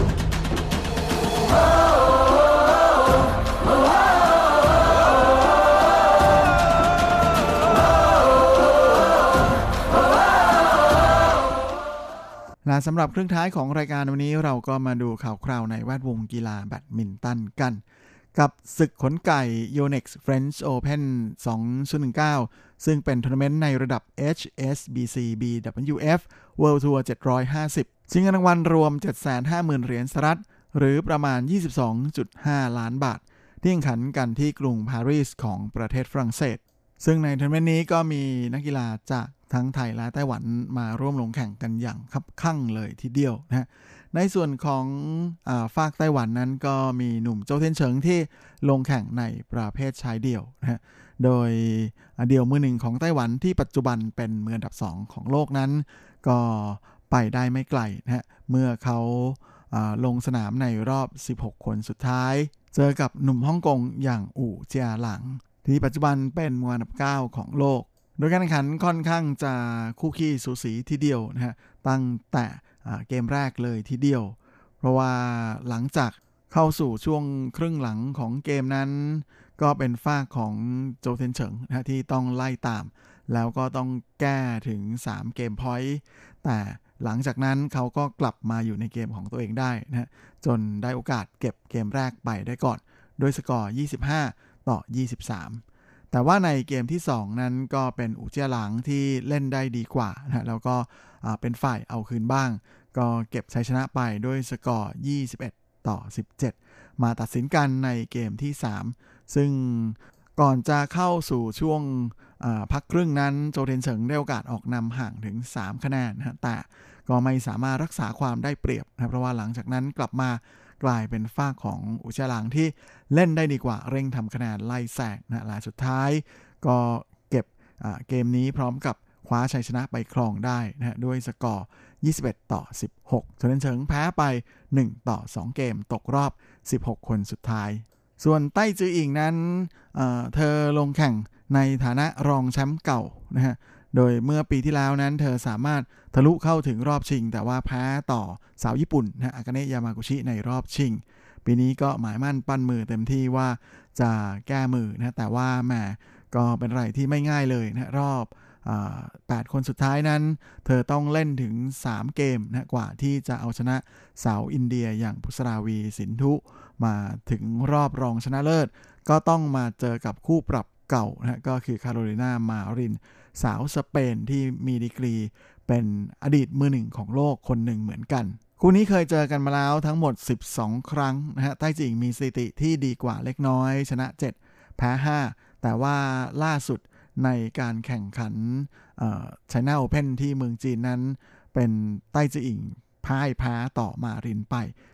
และสำหรับครึ่งท้ายของรายการวันนี้เราก็มาดูข่าวคราวในแวดวงกีฬาแบดมินตันกันกับศึกขนไก่ Yonex French Open 2019ซึ่งเป็นทัวร์นาเมนต์ในระดับ HSBC BWF World Tour 750ชิงเงินรางวัลรวม 750,000 เหรียญสหรัฐหรือประมาณ 22.5 ล้านบาทที่แข่งขันกันที่กรุงปารีสของประเทศฝรั่งเศสซึ่งในทัวร์นาเมนต์นี้ก็มีนักกีฬาจากทั้งไทยและไต้หวันมาร่วมลงแข่งกันอย่างคับคั่งเลยทีเดียวนะในส่วนของฝากไต้หวันนั้นก็มีหนุ่มโจเทียนเฉิงที่ลงแข่งในประเภทชายเดี่ยวนะโดยเดี่ยวมือ1ของไต้หวันที่ปัจจุบันเป็นมืออันดับ2ของโลกนั้นก็ไปได้ไม่ไกลนะเมื่อเขาลงสนามในรอบ16คนสุดท้ายเจอกับหนุ่มฮ่องกงอย่างอู่เจียหลังที่ปัจจุบันเป็นมืออันดับ9ของโลกโดยการแข่งขันค่อนข้างจะคู่ขี้สูสีทีเดียวนะฮะตั้งแต่เกมแรกเลยทีเดียวเพราะว่าหลังจากเข้าสู่ช่วงครึ่งหลังของเกมนั้นก็เป็นฝ่ายของโจเทียนเฉิงนะที่ต้องไล่ตามแล้วก็ต้องแก้ถึง3เกมพอยต์แต่หลังจากนั้นเขาก็กลับมาอยู่ในเกมของตัวเองได้นะจนได้โอกาสเก็บเกมแรกไปได้ก่อนโดยสกอร์25-23 แต่ว่าในเกมที่2นั้นก็เป็นอู่เจี้ยหลางที่เล่นได้ดีกว่านะแล้วก็เป็นฝ่ายเอาคืนบ้างก็เก็บชัยชนะไปด้วยสกอร์21-17มาตัดสินกันในเกมที่3ซึ่งก่อนจะเข้าสู่ช่วงพักครึ่งนั้นโจเทียนเฉิงได้โอกาสออกนำห่างถึง3คะแนนนะแต่ก็ไม่สามารถรักษาความได้เปรียบนะเพราะว่าหลังจากนั้นกลับมากลายเป็นฝ่ายของอู่เจี้ยหลางที่เล่นได้ดีกว่าเร่งทำคะแนนไล่แซงนะและสุดท้ายก็เก็บเกมนี้พร้อมกับคว้าชัยชนะไปครองได้นะด้วยสกอร์21-16โจเทียนเฉิงแพ้ไป1-2เกมตกรอบ16คนสุดท้ายส่วนไต้จืออิงนั้นเธอลงแข่งในฐานะรองแชมป์เก่านะฮะโดยเมื่อปีที่แล้วนั้นเธอสามารถทะลุเข้าถึงรอบชิงแต่ว่าแพ้ต่อสาวญี่ปุ่นนะอากาเนะยามากุชิในรอบชิงปีนี้ก็หมายมั่นปั้นมือเต็มที่ว่าจะแก้มือนะแต่ว่าแหมก็เป็นอะไรที่ไม่ง่ายเลยนะรอบ8คนสุดท้ายนั้นเธอต้องเล่นถึง3เกมนะกว่าที่จะเอาชนะสาวอินเดียอย่างพุสราวีสินธุมาถึงรอบรองชนะเลิศก็ต้องมาเจอกับคู่ปรับเก่านะก็คือคาโรลินามารินสาวสเปนที่มีดีกรีเป็นอดีตมือหนึ่งของโลกคนหนึ่งเหมือนกันคู่นี้เคยเจอกันมาแล้วทั้งหมด12ครั้งนะฮะไต้จิงมีสถิติที่ดีกว่าเล็กน้อยชนะ7แพ้5แต่ว่าล่าสุดในการแข่งขันChina Open ที่เมืองจีนนั้นเป็นไต้จิงพ่ายแพ้ต่อมารินไป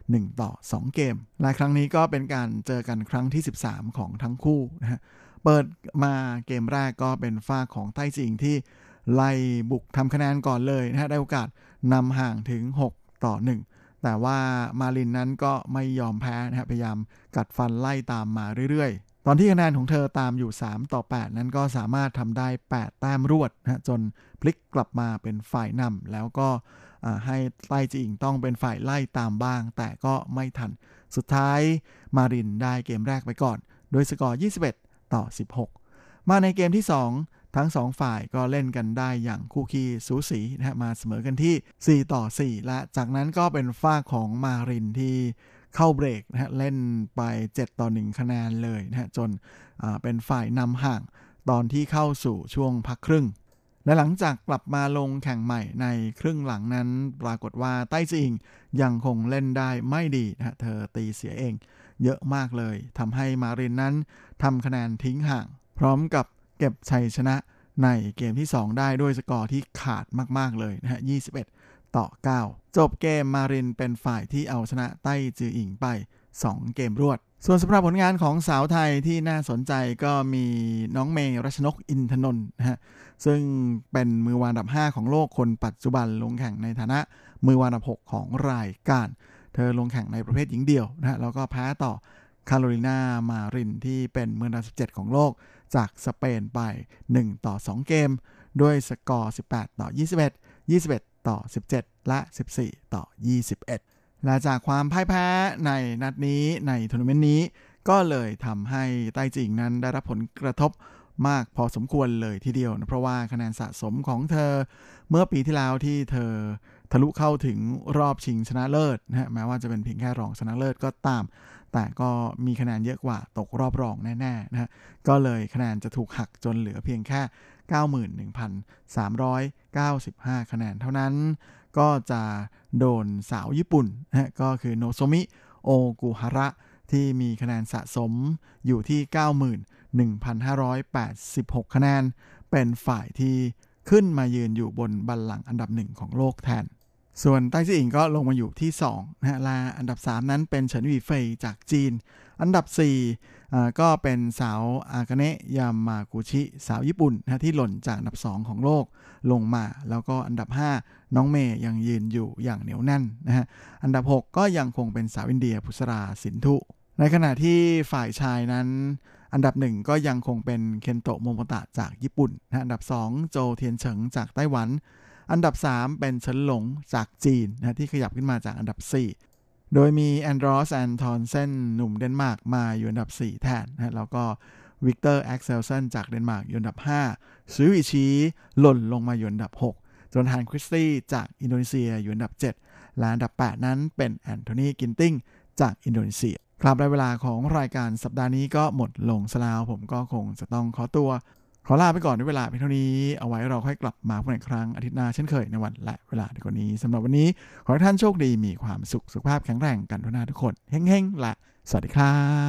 1-2เกมและครั้งนี้ก็เป็นการเจอกันครั้งที่13ของทั้งคู่นะฮะเปิดมาเกมแรกก็เป็นฝ่ายของไต้จิงที่ไล่บุกทำคะแนนก่อนเลยนะฮะได้โอกาสนำห่างถึง6-1แต่ว่ามารินนั้นก็ไม่ยอมแพ้นะฮะพยายามกัดฟันไล่ตามมาเรื่อยๆตอนที่คะแนนของเธอตามอยู่3-8นั้นก็สามารถทำได้8แต้มรวดนะจนพลิกกลับมาเป็นฝ่ายนำแล้วก็ให้ไต้จิงต้องเป็นฝ่ายไล่ตามบ้างแต่ก็ไม่ทันสุดท้ายมารินได้เกมแรกไปก่อนโดยสกอร์21-16มาในเกมที่2ทั้ง2ฝ่ายก็เล่นกันได้อย่างคู่ขี้สูสีนะฮะมาเสมอกันที่4-4และจากนั้นก็เป็นฝ่ายของมารินที่เข้าเบรกนะฮะเล่นไป7-1คะแนนเลยนะฮะจนเป็นฝ่ายนำห่างตอนที่เข้าสู่ช่วงพักครึ่งและหลังจากกลับมาลงแข่งใหม่ในครึ่งหลังนั้นปรากฏว่าไต้จิงยังคงเล่นได้ไม่ดีนะฮะเธอตีเสียเองเยอะมากเลยทำให้มารินนั้นทำคะแนนทิ้งห่างพร้อมกับเก็บชัยชนะในเกมที่2ได้ด้วยสกอร์ที่ขาดมากๆเลยนะฮะ21-9จบเกมมารินเป็นฝ่ายที่เอาชนะไต้จืออิงไป2เกมรวดส่วนสำหรับผลงานของสาวไทยที่น่าสนใจก็มีน้องเมย์รัชนกอินทนนท์นะฮะซึ่งเป็นมือวางอันดับ5ของโลกคนปัจจุบันลงแข่งในฐานะมือวางอันดับ6ของรายการเธอลงแข่งในประเภทหญิงเดี่ยวนะฮะแล้วก็แพ้ต่อคาโรลินามารินที่เป็นมืออันดับ17ของโลกจากสเปนไป1-2เกมด้วยสกอร์18-21 21-17และ14-21และจากความพ่ายแพ้ในนัดนี้ในทัวร์นาเมนต์นี้ก็เลยทำให้ไต้จิงนั้นได้รับผลกระทบมากพอสมควรเลยทีเดียวนะเพราะว่าคะแนนสะสมของเธอเมื่อปีที่แล้วที่เธอทะลุเข้าถึงรอบชิงชนะเลิศนะฮะแม้ว่าจะเป็นเพียงแค่รองชนะเลิศก็ตามแต่ก็มีคะแนนเยอะกว่าตกรอบรองแน่ๆนะฮะก็เลยคะแนนจะถูกหักจนเหลือเพียงแค่ 91,395 คะแนนเท่านั้นก็จะโดนสาวญี่ปุ่นนะก็คือโนโซมิโอกุฮาระที่มีคะแนนสะสมอยู่ที่ 91,586 คะแนนเป็นฝ่ายที่ขึ้นมายืนอยู่บนบัลลังก์อันดับ1ของโลกแทนส่วนไต้จิอิงก็ลงมาอยู่ที่2นะฮะและอันดับ3นั้นเป็นเฉินหวี่เฟยจากจีนอันดับ4ก็เป็นสาวอากาเนะยามากุชิสาวญี่ปุ่นนะที่หล่นจากอันดับ2ของโลกลงมาแล้วก็อันดับ5น้องเมย์ยังยืนอยู่อย่างเหนียวแน่นนะฮะอันดับ6ก็ยังคงเป็นสาวอินเดียพุสราสินธุในขณะที่ฝ่ายชายนั้นอันดับ1ก็ยังคงเป็นเคนโตะโมโมตะจากญี่ปุ่นนะอันดับ2โจเทียนเฉิงจากไต้หวันอันดับ3เป็นเฉินหลงจากจีนนะที่ขยับขึ้นมาจากอันดับ4โดยมีแอนดรอสแอนทอนเซนหนุ่มเดนมาร์กมาอยู่อันดับ4แทนนะแล้วก็วิกเตอร์แอ็กเซลเซนจากเดนมาร์กอยู่อันดับ5ซูอิชิหล่นลงมาอยู่อันดับ6จนฮานคริสตี้จากอินโดนีเซียอยู่อันดับ7และอันดับ8นั้นเป็นแอนโทนีกินติ้งจากอินโดนีเซียครับและเวลาของรายการสัปดาห์นี้ก็หมดลงซะแล้วผมก็คงจะต้องขอลาไปก่อนด้วยเวลาเพียงเท่านี้เอาไว้เราค่อยกลับมาพบกันอีกครั้งอาทิตย์หน้าเช่นเคยในวันและเวลาเดียวกันนี้สำหรับวันนี้ขอให้ท่านโชคดีมีความสุขภาพแข็งแรงกันทุกท่านทุกคนเฮ้งๆและสวัสดีครับ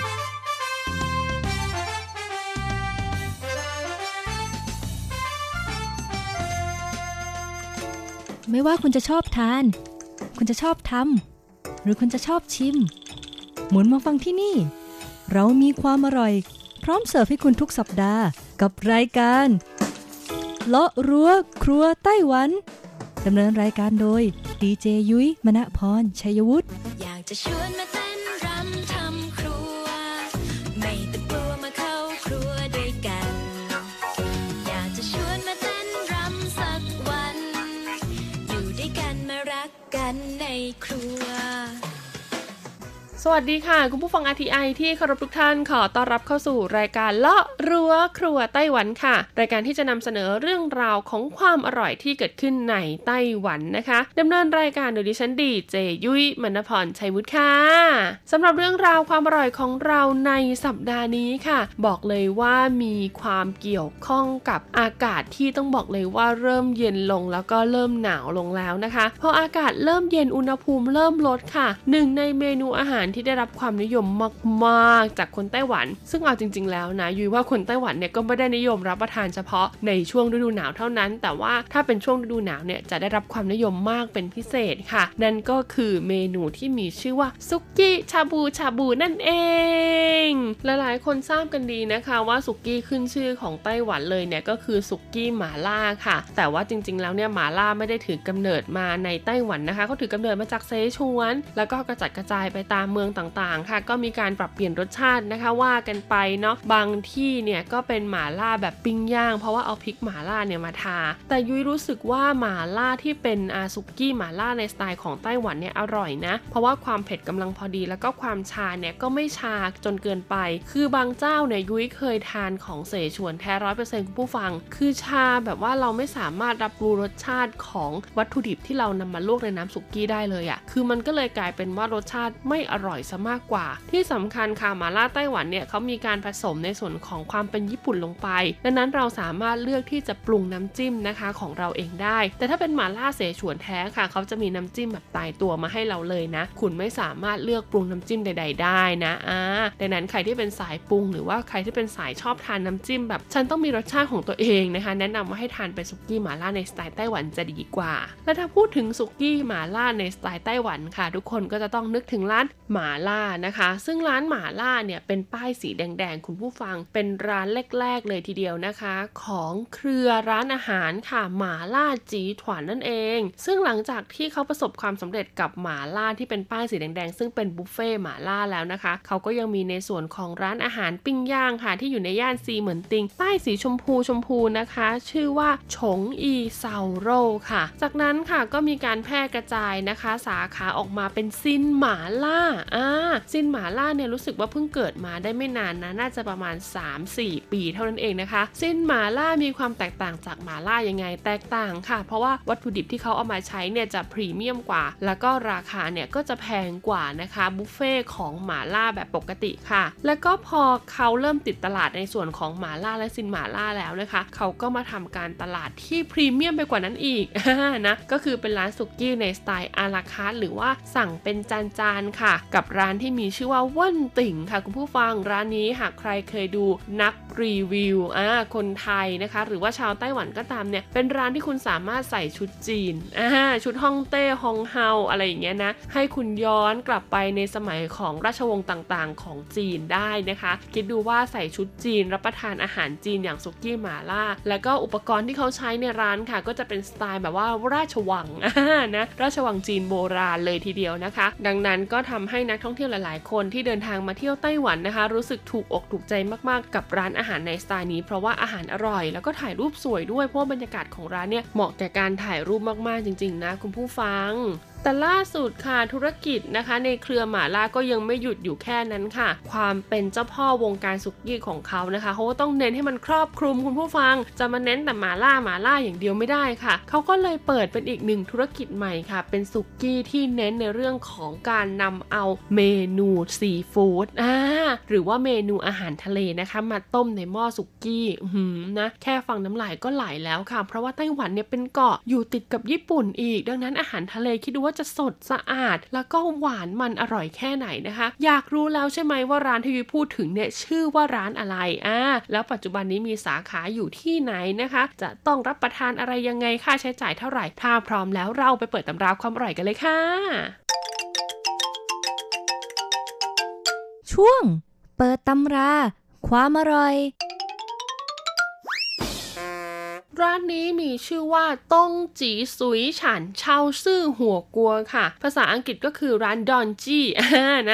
ไม่ว่าคุณจะชอบทานคุณจะชอบทำหรือคุณจะชอบชิมหมุนมาฟังที่นี่เรามีความอร่อยพร้อมเสิร์ฟให้คุณทุกสัปดาห์กับรายการเลาะรั้วครัวไต้หวันดำเนินรายการโดยดีเจยุ้ยมณพรชัยวุฒิอยากจะชวนมาเต้นรำทำครัวไม่ต้องกลัวมาเข้าครัวด้วยกันอยากจะชวนมาเต้นรำสักวันอยู่ด้วยกันมารักกันในครัวสวัสดีค่ะคุณผู้ฟัง RTI ที่เคารพทุกท่านขอต้อนรับเข้าสู่รายการเลาะรั้วครัวไต้หวันค่ะรายการที่จะนำเสนอเรื่องราวของความอร่อยที่เกิดขึ้นในไต้หวันนะคะดำเนินรายการโดยดิฉันดีเจยุ้ยมณพรชัยวุฒิค่ะสำหรับเรื่องราวความอร่อยของเราในสัปดาห์นี้ค่ะบอกเลยว่ามีความเกี่ยวข้องกับอากาศที่ต้องบอกเลยว่าเริ่มเย็นลงแล้วก็เริ่มหนาวลงแล้วนะคะพออากาศเริ่มเย็นอุณหภูมิเริ่มลดค่ะหนึ่งในเมนูอาหารที่ได้รับความนิยมมากๆจากคนไต้หวันซึ่งเอาจริงๆแล้วนะยุ้ยว่าคนไต้หวันเนี่ยก็ไม่ได้นิยมรับประทานเฉพาะในช่วงฤดูหนาวเท่านั้นแต่ว่าถ้าเป็นช่วงฤดูหนาวเนี่ยจะได้รับความนิยมมากเป็นพิเศษค่ะนั่นก็คือเมนูที่มีชื่อว่าซุกี้ชาบูนั่นเองหลายๆคนทราบกันดีนะคะว่าซุกี้ขึ้นชื่อของไต้หวันเลยเนี่ยก็คือซุกี้หม่าล่าค่ะแต่ว่าจริงๆแล้วเนี่ยหม่าล่าไม่ได้ถือกำเนิดมาในไต้หวันนะคะเขาถือกำเนิดมาจากเซฉวนแล้วก็กระจัดกระจายไปตามเมืองต่างๆค่ะก็มีการปรับเปลี่ยนรสชาตินะคะว่ากันไปเนาะบางที่เนี่ยก็เป็นหม่าล่าแบบปิ้งย่างเพราะว่าเอาพริกหม่าล่าเนี่ยมาทาแต่ยุ้ยรู้สึกว่าหม่าล่าที่เป็นซุกี้หม่าล่าในสไตล์ของไต้หวันเนี่ยอร่อยนะเพราะว่าความเผ็ดกำลังพอดีแล้วก็ความชาเนี่ยก็ไม่ชาจนเกินไปคือบางเจ้าเนี่ยยุ้ยเคยทานของเสฉวนแท้ 100% คุณผู้ฟังคือชาแบบว่าเราไม่สามารถรับรู้รสชาติของวัตถุดิบที่เรานำมาลวกในน้ำซุกี้ได้เลยอ่ะคือมันก็เลยกลายเป็นว่ารสชาติไม่อร่อยซะมากกว่าที่สำคัญค่ะหม่าล่าไต้หวันเนี่ยเขามีการผสมในส่วนของความเป็นญี่ปุ่นลงไปดังนั้นเราสามารถเลือกที่จะปรุงน้ำจิ้มนะคะของเราเองได้แต่ถ้าเป็นหม่าล่าเสฉวนแท้ค่ะเขาจะมีน้ำจิ้มแบบตายตัวมาให้เราเลยนะคุณไม่สามารถเลือกปรุงน้ำจิ้มใดๆได้นะดังนั้นใครที่เป็นสายปรุงหรือว่าใครที่เป็นสายชอบทานน้ำจิ้มแบบฉันต้องมีรสชาติของตัวเองนะคะแนะนำว่าให้ทานเป็นซุกี้หม่าล่าในสไตล์ไต้หวันจะดีกว่าและถ้าพูดถึงซุกี้หม่าล่าในสไตล์ไต้หวันค่ะทุกคนก็จะต้องนึกถึงร้านหม่าล่านะคะซึ่งร้านหม่าล่าเนี่ยเป็นป้ายสีแดงๆคุณผู้ฟังเป็นร้านแรกๆเลยทีเดียวนะคะของเครือร้านอาหารค่ะหม่าล่าจีถวนนั่นเองซึ่งหลังจากที่เขาประสบความสำเร็จกับหม่าล่าที่เป็นป้ายสีแดงๆซึ่งเป็นบุฟเฟ่หม่าล่าแล้วนะคะเขาก็ยังมีในส่วนของร้านอาหารปิ้งย่างค่ะที่อยู่ในย่านซีเหมินติงป้ายสีชมพูนะคะชื่อว่าฉงอีเซาโร่ค่ะจากนั้นค่ะก็มีการแพร่กระจายนะคะสาขาออกมาเป็นซินหม่าล่าซินหม่าล่าเนี่ยรู้สึกว่าเพิ่งเกิดมาได้ไม่นานนะน่าจะประมาณ 3-4 ปีเท่านั้นเองนะคะซินหม่าล่ามีความแตกต่างจากหม่าล่ายังไงแตกต่างค่ะเพราะว่าวัตถุดิบที่เขาเอามาใช้เนี่ยจะพรีเมียมกว่าแล้วก็ราคาเนี่ยก็จะแพงกว่านะคะบุฟเฟ่ของหม่าล่าแบบปกติค่ะแล้วก็พอเขาเริ่มติดตลาดในส่วนของหม่าล่าและซินหม่าล่าแล้วนะคะเขาก็มาทำการตลาดที่พรีเมียมไปกว่านั้นอีกนะก็คือเป็นร้านสุกี้ในสไตล์อาราคาร์ทหรือว่าสั่งเป็นจานๆค่ะกับร้านที่มีชื่อว่าเว่นติ่งค่ะคุณผู้ฟังร้านนี้หากใครเคยดูนักรีวิวคนไทยนะคะหรือว่าชาวไต้หวันก็ตามเนี่ยเป็นร้านที่คุณสามารถใส่ชุดจีนชุดฮ่องเต้ฮองเฮาอะไรอย่างเงี้ยนะให้คุณย้อนกลับไปในสมัยของราชวงศ์ต่างๆของจีนได้นะคะคิดดูว่าใส่ชุดจีนรับประทานอาหารจีนอย่างซุกี้หม่าล่าแล้วก็อุปกรณ์ที่เขาใช้ในร้านค่ะก็จะเป็นสไตล์แบบว่าราชวังนะราชวังจีนโบราณเลยทีเดียวนะคะดังนั้นก็ทำให้นักท่องเที่ยวหลายๆคนที่เดินทางมาเที่ยวไต้หวันนะคะรู้สึกถูกอกถูกใจมากๆกับร้านอาหารในสไตล์นี้เพราะว่าอาหารอร่อยแล้วก็ถ่ายรูปสวยด้วยเพราะบรรยากาศของร้านเนี่ยเหมาะแก่การถ่ายรูปมากๆจริงๆนะคุณผู้ฟังแต่ล่าสุดค่ะธุรกิจนะคะในเครือหม่าล่าก็ยังไม่หยุดอยู่แค่นั้นค่ะความเป็นเจ้าพ่อวงการสุกี้ของเขานะคะเขาก็ต้องเน้นให้มันครอบคลุมคุณผู้ฟังจะมาเน้นแต่หม่าล่าอย่างเดียวไม่ได้ค่ะเขาก็เลยเปิดเป็นอีกหนึ่งธุรกิจใหม่ค่ะเป็นสุกี้ที่เน้นในเรื่องของการนำเอาเมนูซีฟู้ดหรือว่าเมนูอาหารทะเลนะคะมาต้มในหม้อสุกี้นะแค่ฟังน้ำลายก็ไหลแล้วค่ะเพราะว่าไต้หวันเนี่ยเป็นเกาะอยู่ติดกับญี่ปุ่นอีกดังนั้นอาหารทะเลคิดดูว่าจะสดสะอาดแล้วก็หวานมันอร่อยแค่ไหนนะคะอยากรู้แล้วใช่ไหมว่าร้านที่ยุ้ยพูดถึงเนี่ยชื่อว่าร้านอะไรแล้วปัจจุบันนี้มีสาขาอยู่ที่ไหนนะคะจะต้องรับประทานอะไรยังไงค่าใช้จ่ายเท่าไหร่ถ้าพร้อมแล้วเราไปเปิดตำราความอร่อยกันเลยค่ะช่วงเปิดตำราความอร่อยร้านนี้มีชื่อว่าต้งจีซุยฉันเชาซื่อหัวกัวค่ะภาษาอังกฤษก็คือร้านดอนจี้นะ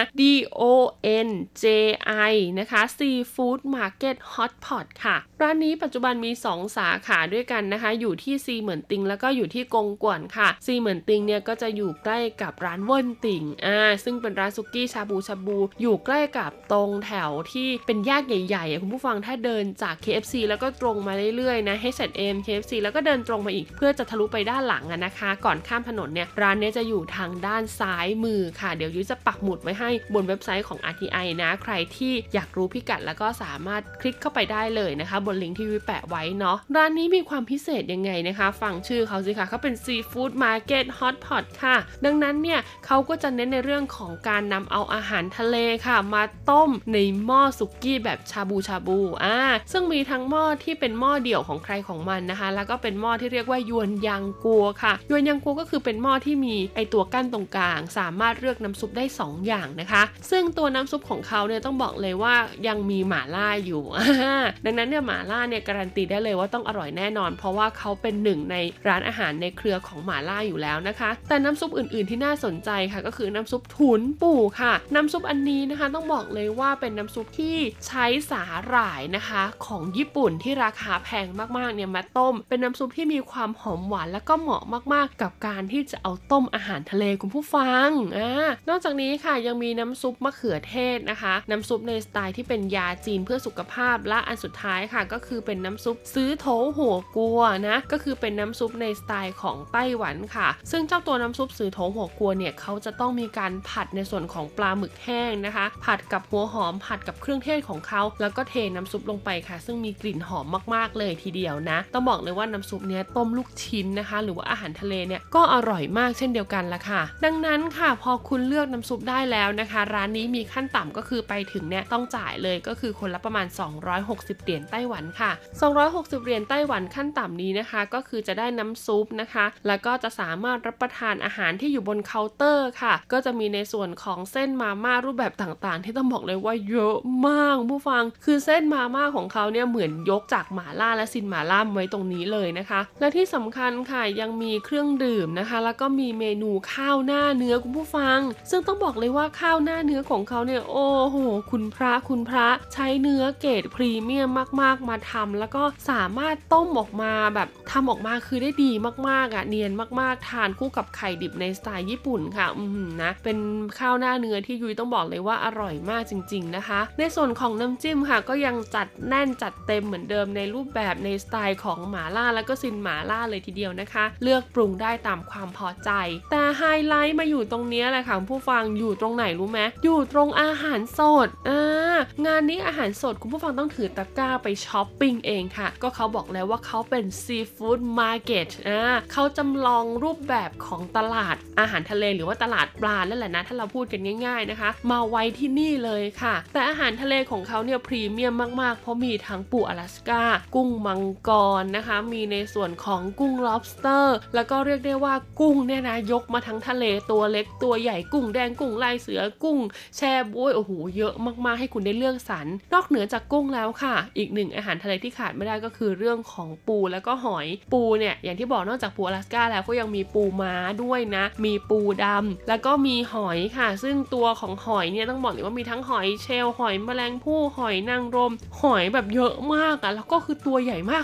DONJI นะคะซีฟู้ดมาร์เก็ตฮอตพอตค่ะร้านนี้ปัจจุบันมี2สาขาด้วยกันนะคะอยู่ที่ซีเหมินติงแล้วก็อยู่ที่กงกวนค่ะซีเหมินติงเนี่ยก็จะอยู่ใกล้กับร้านเวินติงซึ่งเป็นร้านซุกี้ชาบูอยู่ใกล้กับตรงแถวที่เป็นแยกใหญ่ๆคุณผู้ฟังถ้าเดินจาก KFC แล้วก็ตรงมาเรื่อยๆนะ H&M KFC แล้วก็เดินตรงมาอีกเพื่อจะทะลุไปด้านหลังนะคะก่อนข้ามถนนเนี่ยร้านนี้จะอยู่ทางด้านซ้ายมือค่ะเดี๋ยวยุ้ยจะปักหมุดไว้ให้บนเว็บไซต์ของ RTI นะใครที่อยากรู้พิกัดแล้วก็สามารถคลิกเข้าไปได้เลยนะคะบนลิงก์ที่ยุ้ยแปะไว้เนาะร้านนี้มีความพิเศษยังไงนะคะฟังชื่อเขาสิค่ะเขาเป็นซีฟู้ดมาร์เก็ตฮอตพอตค่ะดังนั้นเนี่ยเขาก็จะเน้นในเรื่องของการนำเอาอาหารทะเลค่ะมาต้มในหม้อสุกี้แบบชาบูซึ่งมีทั้งหม้อที่เป็นหม้อเดี่ยวของใครของมันนะคะแล้วก็เป็นหม้อที่เรียกว่ายวนยังกัวค่ะยวนยังกัวก็คือเป็นหม้อที่มีไอตัวกั้นตรงกลางสามารถเลือกน้ำซุปได้2อย่างนะคะซึ่งตัวน้ำซุปของเขาเนี่ยต้องบอกเลยว่ายังมีหม่าล่าอยู่ ดังนั้นเนี่ยหม่าล่าเนี่ยการันตีได้เลยว่าต้องอร่อยแน่นอนเพราะว่าเขาเป็นหนึ่งในร้านอาหารในเครือของหม่าล่าอยู่แล้วนะคะแต่น้ำซุปอื่นๆที่น่าสนใจค่ะก็คือน้ำซุปถุนปูค่ะน้ำซุปอันนี้นะคะต้องบอกเลยว่าเป็นน้ำซุปที่ใช้สาหร่ายนะคะของญี่ปุ่นที่ราคาแพงมากๆเนี่ยมาต้มเป็นน้ำซุปที่มีความหอมหวานและก็เหมาะมากๆกับการที่จะเอาต้มอาหารทะเลคุณผู้ฟังนอกจากนี้ค่ะยังมีน้ำซุปมะเขือเทศนะคะน้ำซุปในสไตล์ที่เป็นยาจีนเพื่อสุขภาพและอันสุดท้ายค่ะก็คือเป็นน้ำซุปซื้อโถหัวกัวนะก็คือเป็นน้ำซุปในสไตล์ของไต้หวันค่ะซึ่งเจ้าตัวน้ำซุปซื้อโถหัวกัวเนี่ยเขาจะต้องมีการผัดในส่วนของปลาหมึกแห้งนะคะผัดกับหัวหอมผัดกับเครื่องเทศของเขาแล้วก็เทน้ำซุปลงไปค่ะซึ่งมีกลิ่นหอมมากๆเลยทีเดียวนะต้องบอกเลยว่าน้ำซุปเนี้ยต้มลูกชิ้นนะคะหรือว่าอาหารทะเลเนี่ยก็อร่อยมากเช่นเดียวกันละค่ะดังนั้นค่ะพอคุณเลือกน้ำซุปได้แล้วนะคะร้านนี้มีขั้นต่ำก็คือไปถึงเนี่ยต้องจ่ายเลยก็คือคนละประมาณ260เหรียญไต้หวันค่ะ260เหรียญไต้หวันขั้นต่ำนี้นะคะก็คือจะได้น้ำซุปนะคะแล้วก็จะสามารถรับประทานอาหารที่อยู่บนเคาน์เตอร์ค่ะก็จะมีในส่วนของเส้นมาม่ารูปแบบต่างๆที่ต้องบอกเลยว่าเยอะมากผู้ฟังคือเส้นมาม่าของเขาเนี่ยเหมือนยกจากหม่าล่าและซินหม่าล่าไว้ตรงนี้เลยนะคะและที่สำคัญค่ะยังมีเครื่องดื่มนะคะแล้วก็มีเมนูข้าวหน้าเนื้อคุณผู้ฟังซึ่งต้องบอกเลยว่าข้าวหน้าเนื้อของเขาเนี่ยโอ้โหคุณพระใช้เนื้อเกรดพรีเมียมมากๆมาทำแล้วก็สามารถต้มออกมาแบบทำออกมาคือได้ดีมากๆเนียนมากๆทานคู่กับไข่ดิบในสไตล์ญี่ปุ่นค่ะนะเป็นข้าวหน้าเนื้อที่ยุ้ยต้องบอกเลยว่าอร่อยมากจริงๆนะคะในส่วนของน้ำจิ้มค่ะก็ยังจัดแน่นจัดเต็มเหมือนเดิมในรูปแบบในสไตล์ของหม่าล่าแล้วก็ซินหม่าล่าเลยทีเดียวนะคะเลือกปรุงได้ตามความพอใจแต่ไฮไลท์มาอยู่ตรงนี้แหละค่ะผู้ฟังอยู่ตรงไหนรู้ไหมอยู่ตรงอาหารสดงานนี้อาหารสดคุณผู้ฟังต้องถือตะกร้าไปช้อปปิ้งเองค่ะก็เขาบอกแล้วว่าเขาเป็นซีฟู้ดมาร์เก็ตเขาจำลองรูปแบบของตลาดอาหารทะเลหรือว่าตลาดปลานั่นแหละนะถ้าเราพูดกันง่ายๆนะคะมาไว้ที่นี่เลยค่ะแต่อาหารทะเลของเขาเนี่ยพรีเมียมมากๆเพราะมีทั้งปูอลาสก้ากุ้งมังกรนะคะมีในส่วนของกุ้ง lobster แล้วก็เรียกได้ว่ากุ้งเนี่ยนะยกมาทั้งทะเลตัวเล็กตัวใหญ่กุ้งแดงกุ้งลายเสือกุ้งแช่บ๊วยโอ้โหเยอะมากๆให้คุณได้เลือกสรรนอกเหนือจากกุ้งแล้วค่ะอีกหนึ่งอาหารทะเลที่ขาดไม่ได้ก็คือเรื่องของปูแล้วก็หอยปูเนี่ยอย่างที่บอกนอกจากปูอลาสก้าแล้วก็ยังมีปูม้าด้วยนะมีปูดำแล้วก็มีหอยค่ะซึ่งตัวของหอยเนี่ยต้องบอกเลยว่ามีทั้งหอยเชลล์หอยแมลงภู่หอยนางรมหอยแบบเยอะมากแล้วก็คือตัวใหญ่มากมีเป่า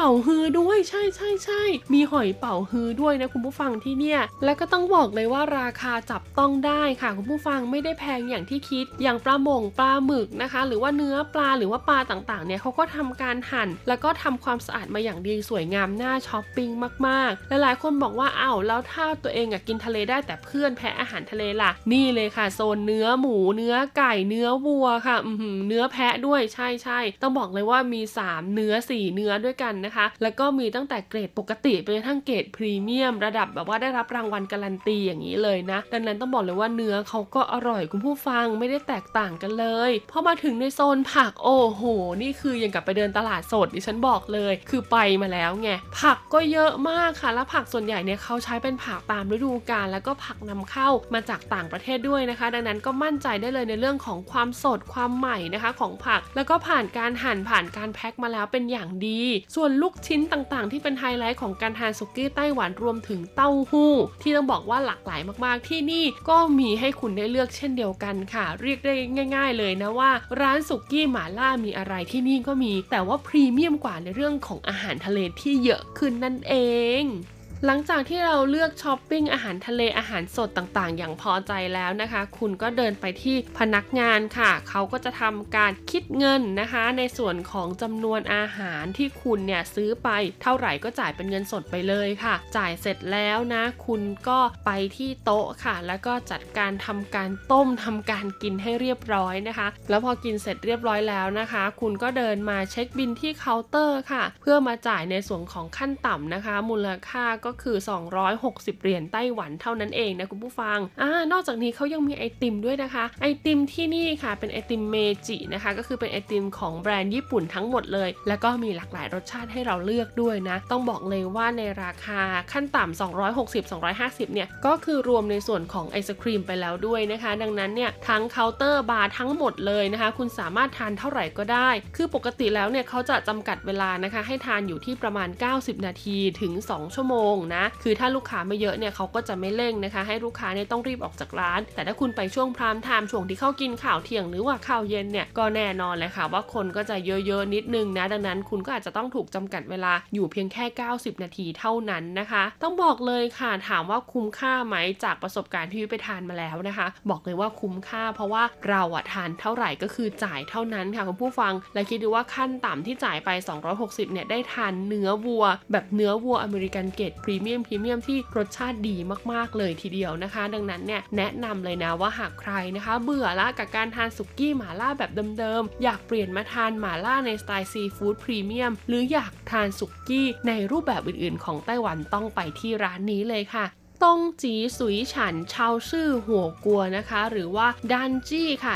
าฮือด้วยใช่มีหอยเป่าฮือด้วยนะคุณผู้ฟังที่เนี่ยแล้วก็ต้องบอกเลยว่าราคาจับต้องได้ค่ะคุณผู้ฟังไม่ได้แพงอย่างที่คิดอย่างปลาหม่งปลาหมึกนะคะหรือว่าเนื้อปลาหรือว่าปลาต่างๆเนี่ยเขาก็ทำการหั่นแล้วก็ทำความสะอาดมาอย่างดีสวยงามน่าช้อปปิ้งมากๆหลายๆคนบอกว่าอ้าวแล้วถ้าตัวเองกินทะเลได้แต่เพื่อนแพ้อาหารทะเลล่ะนี่เลยค่ะโซนเนื้อหมูเนื้อไก่เนื้อวัวค่ะเนื้อแพะด้วยใช่ต้องบอกเลยว่ามี3เนื้อ4เนื้อด้วยกันนะคะแล้วก็มีตั้งแต่เกรดปกติไปจนถึงเกรดพรีเมียมระดับแบบว่าได้รับรางวัลการันตีอย่างนี้เลยนะดังนั้นต้องบอกเลยว่าเนื้อเขาก็อร่อยคุณผู้ฟังไม่ได้แตกต่างกันเลยพอมาถึงในโซนผักโอ้โหนี่คือยังกับไปเดินตลาดสดดิฉันบอกเลยคือไปมาแล้วไงผักก็เยอะมากค่ะแล้วผักส่วนใหญ่เนี่ยเขาใช้เป็นผักตามฤดูกาลแล้วก็ผักนำเข้ามาจากต่างประเทศด้วยนะคะดังนั้นก็มั่นใจได้เลยในเรื่องของความสดความใหม่นะคะของผักแล้วก็ผ่านการหั่นผ่านการแพ็คมาแล้วเป็นอย่างดีส่วนลูกชิ้นต่างๆที่เป็นไฮไลท์ของการทานสุกี้ไต้หวันรวมถึงเต้าหู้ที่ต้องบอกว่าหลากหลายมากๆที่นี่ก็มีให้คุณได้เลือกเช่นเดียวกันค่ะเรียกได้ง่ายๆเลยนะว่าร้านสุกี้หม่าล่ามีอะไรที่นี่ก็มีแต่ว่าพรีเมียมกว่าในเรื่องของอาหารทะเลที่เยอะขึ้นนั่นเองหลังจากที่เราเลือกช้อปปิ้งอาหารทะเลอาหารสดต่างๆอย่างพอใจแล้วนะคะคุณก็เดินไปที่พนักงานค่ะเขาก็จะทำการคิดเงินนะคะในส่วนของจำนวนอาหารที่คุณเนี่ยซื้อไปเท่าไหร่ก็จ่ายเป็นเงินสดไปเลยค่ะจ่ายเสร็จแล้วนะคุณก็ไปที่โต๊ะค่ะแล้วก็จัดการทำการต้มทำการกินให้เรียบร้อยนะคะแล้วพอกินเสร็จเรียบร้อยแล้วนะคะคุณก็เดินมาเช็คบิลที่เคาน์เตอร์ค่ะเพื่อมาจ่ายในส่วนของขั้นต่ำนะคะมูลค่าก็คือ260เหรียญไต้หวันเท่านั้นเองนะคุณผู้ฟังนอกจากนี้เขายังมีไอติมด้วยนะคะไอติมที่นี่ค่ะเป็นไอติมเมจินะคะก็คือเป็นไอติมของแบรนด์ญี่ปุ่นทั้งหมดเลยแล้วก็มีหลากหลายรสชาติให้เราเลือกด้วยนะต้องบอกเลยว่าในราคาขั้นต่ำ250เนี่ยก็คือรวมในส่วนของไอศกรีมไปแล้วด้วยนะคะดังนั้นเนี่ยทั้งเคาน์เตอร์บาร์ทั้งหมดเลยนะคะคุณสามารถทานเท่าไหร่ก็ได้คือปกติแล้วเนี่ยเขาจะจำกัดเวลานะคะให้ทานอยู่ที่ประมาณ90นาทีถึง2ชั่วโมงนะคือถ้าลูกค้าไม่เยอะเนี่ยเขาก็จะไม่เร่งนะคะให้ลูกค้าเนี่ยต้องรีบออกจากร้านแต่ถ้าคุณไปช่วงพรามไทม์ช่วงที่เข้ากินข้าวเที่ยงหรือว่าข้าวเย็นเนี่ยก็แน่นอนเลยค่ะว่าคนก็จะเยอะๆนิดนึงนะดังนั้นคุณก็อาจจะต้องถูกจำกัดเวลาอยู่เพียงแค่90นาทีเท่านั้นนะคะต้องบอกเลยค่ะถามว่าคุ้มค่าไหมจากประสบการณ์ที่ไปทานมาแล้วนะคะบอกเลยว่าคุ้มค่าเพราะว่าเราทานเท่าไหร่ก็คือจ่ายเท่านั้นค่ะคุณผู้ฟังและคิดดูว่าขั้นต่ำที่จ่ายไป260เนี่ยได้ทานเนื้อวัวแบบเนื้อวัวอเมริกันเกรดพรีเมียมที่รสชาติดีมากๆเลยทีเดียวนะคะดังนั้นเนี่ยแนะนำเลยนะว่าหากใครนะคะเบื่อละกับการทานสุกี้หม่าล่าแบบเดิมๆอยากเปลี่ยนมาทานหม่าล่าในสไตล์ซีฟู้ดพรีเมียมหรืออยากทานสุกี้ในรูปแบบอื่นๆของไต้หวันต้องไปที่ร้านนี้เลยค่ะตงจีสุยฉันชาวชื่อหัวกัวนะคะหรือว่าดันจี้ค่ะ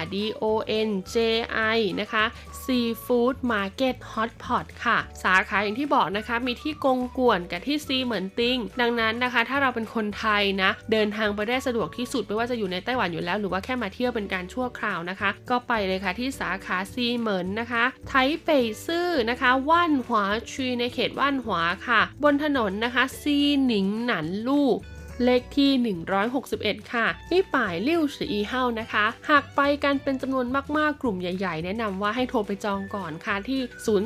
DONJI นะคะซีฟู้ดมาร์เก็ตฮอตพอตค่ะสาขาอย่างที่บอกนะคะมีที่กงกวนกับที่ซีเหมินติงดังนั้นนะคะถ้าเราเป็นคนไทยนะเดินทางไปได้สะดวกที่สุดไม่ว่าจะอยู่ในไต้หวันอยู่แล้วหรือว่าแค่มาเที่ยวเป็นการชั่วคราวนะคะก็ไปเลยค่ะที่สาขาซีเหมินนะคะไทเป่ยซื่อนะคะว่านหวาชีในเขตว่านหวาค่ะบนถนนนะคะซีหนิงหนันลู่เลขที่161ค่ะที่ป่ายลิ่วสืออีเฮานะคะหากไปกันเป็นจำนวนมากๆกลุ่มใหญ่ๆแนะนำว่าให้โทรไปจองก่อนค่ะที่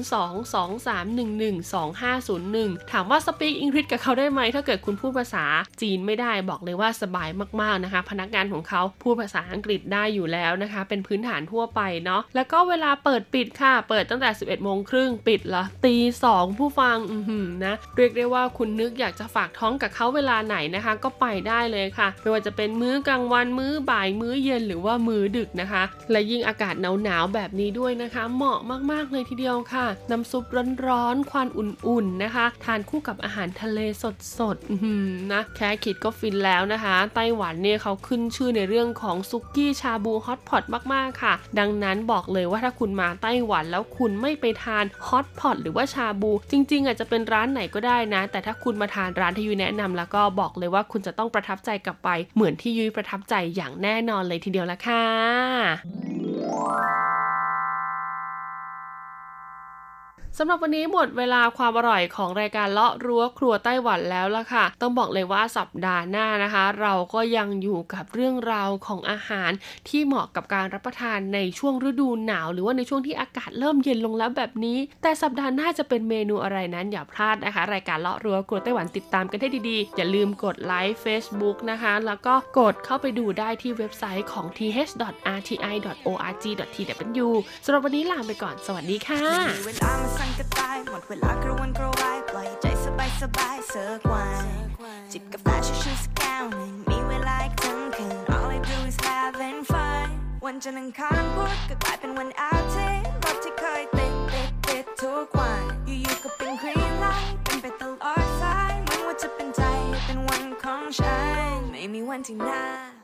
02-2311-2501ถามว่าสปีกอังกฤษกับเขาได้ไหมถ้าเกิดคุณพูดภาษาจีนไม่ได้บอกเลยว่าสบายมากๆนะคะพนักงานของเขาพูดภาษาอังกฤษได้อยู่แล้วนะคะเป็นพื้นฐานทั่วไปเนาะแล้วก็เวลาเปิดปิดค่ะเปิดตั้งแต่ 11:30 ปิดละตี 2ผู้ฟังนะเรียกได้ว่าคุณนึกอยากจะฝากท้องกับเขาเวลาไหนนะคะก็ไปได้เลยค่ะไม่ว่าจะเป็นมื้อกลางวันมื้อบ่ายมื้อเย็นหรือว่ามื้อดึกนะคะและยิ่งอากาศหนาวๆแบบนี้ด้วยนะคะเหมาะมากๆเลยทีเดียวค่ะน้ำซุปร้อนๆควันอุ่นๆนะคะทานคู่กับอาหารทะเลสดๆนะแค่คิดก็ฟินแล้วนะคะไต้หวันเนี่ยเขาขึ้นชื่อในเรื่องของซุกี้ชาบูฮอตพอตมากๆค่ะดังนั้นบอกเลยว่าถ้าคุณมาไต้หวันแล้วคุณไม่ไปทานฮอตพอตหรือว่าชาบูจริงๆอาจจะเป็นร้านไหนก็ได้นะแต่ถ้าคุณมาทานร้านที่ยุ้ยแนะนำแล้วก็บอกเลยว่าคุณจะต้องประทับใจกลับไปเหมือนที่ยุ้ยประทับใจอย่างแน่นอนเลยทีเดียวละค่ะสำหรับวันนี้หมดเวลาความอร่อยของรายการเลาะรั้วครัวไต้หวันแล้วล่ะค่ะต้องบอกเลยว่าสัปดาห์หน้านะคะเราก็ยังอยู่กับเรื่องราวของอาหารที่เหมาะกับการรับประทานในช่วงฤดูหนาวหรือว่าในช่วงที่อากาศเริ่มเย็นลงแล้วแบบนี้แต่สัปดาห์หน้าจะเป็นเมนูอะไรนั้นอย่าพลาดนะคะรายการเลาะรั้วครัวไต้หวันติดตามกันให้ดีๆอย่าลืมกดไลค์ Facebook นะคะแล้วก็กดเข้าไปดูได้ที่เว็บไซต์ของ th.rti.org.tw สำหรับวันนี้ลาไปก่อนสวัสดีค่ะหมดเวลากระวนกระวายปล่อยใจสบายๆสักวันจิบกาแฟชิวๆสักแก้วหนึ่งมีเวลาอีกทั้งคืน All I do is having fun วันจันทร์อังคารพุธก็กลายเป็นวันอาทิตย์รถที่เคยติดทุกวันอยู่ๆก็เป็น green light เป็นไปตลอดสายเหมือนว่าจะเป็นใจเป็นวันของฉันไม่มีวันที่น่า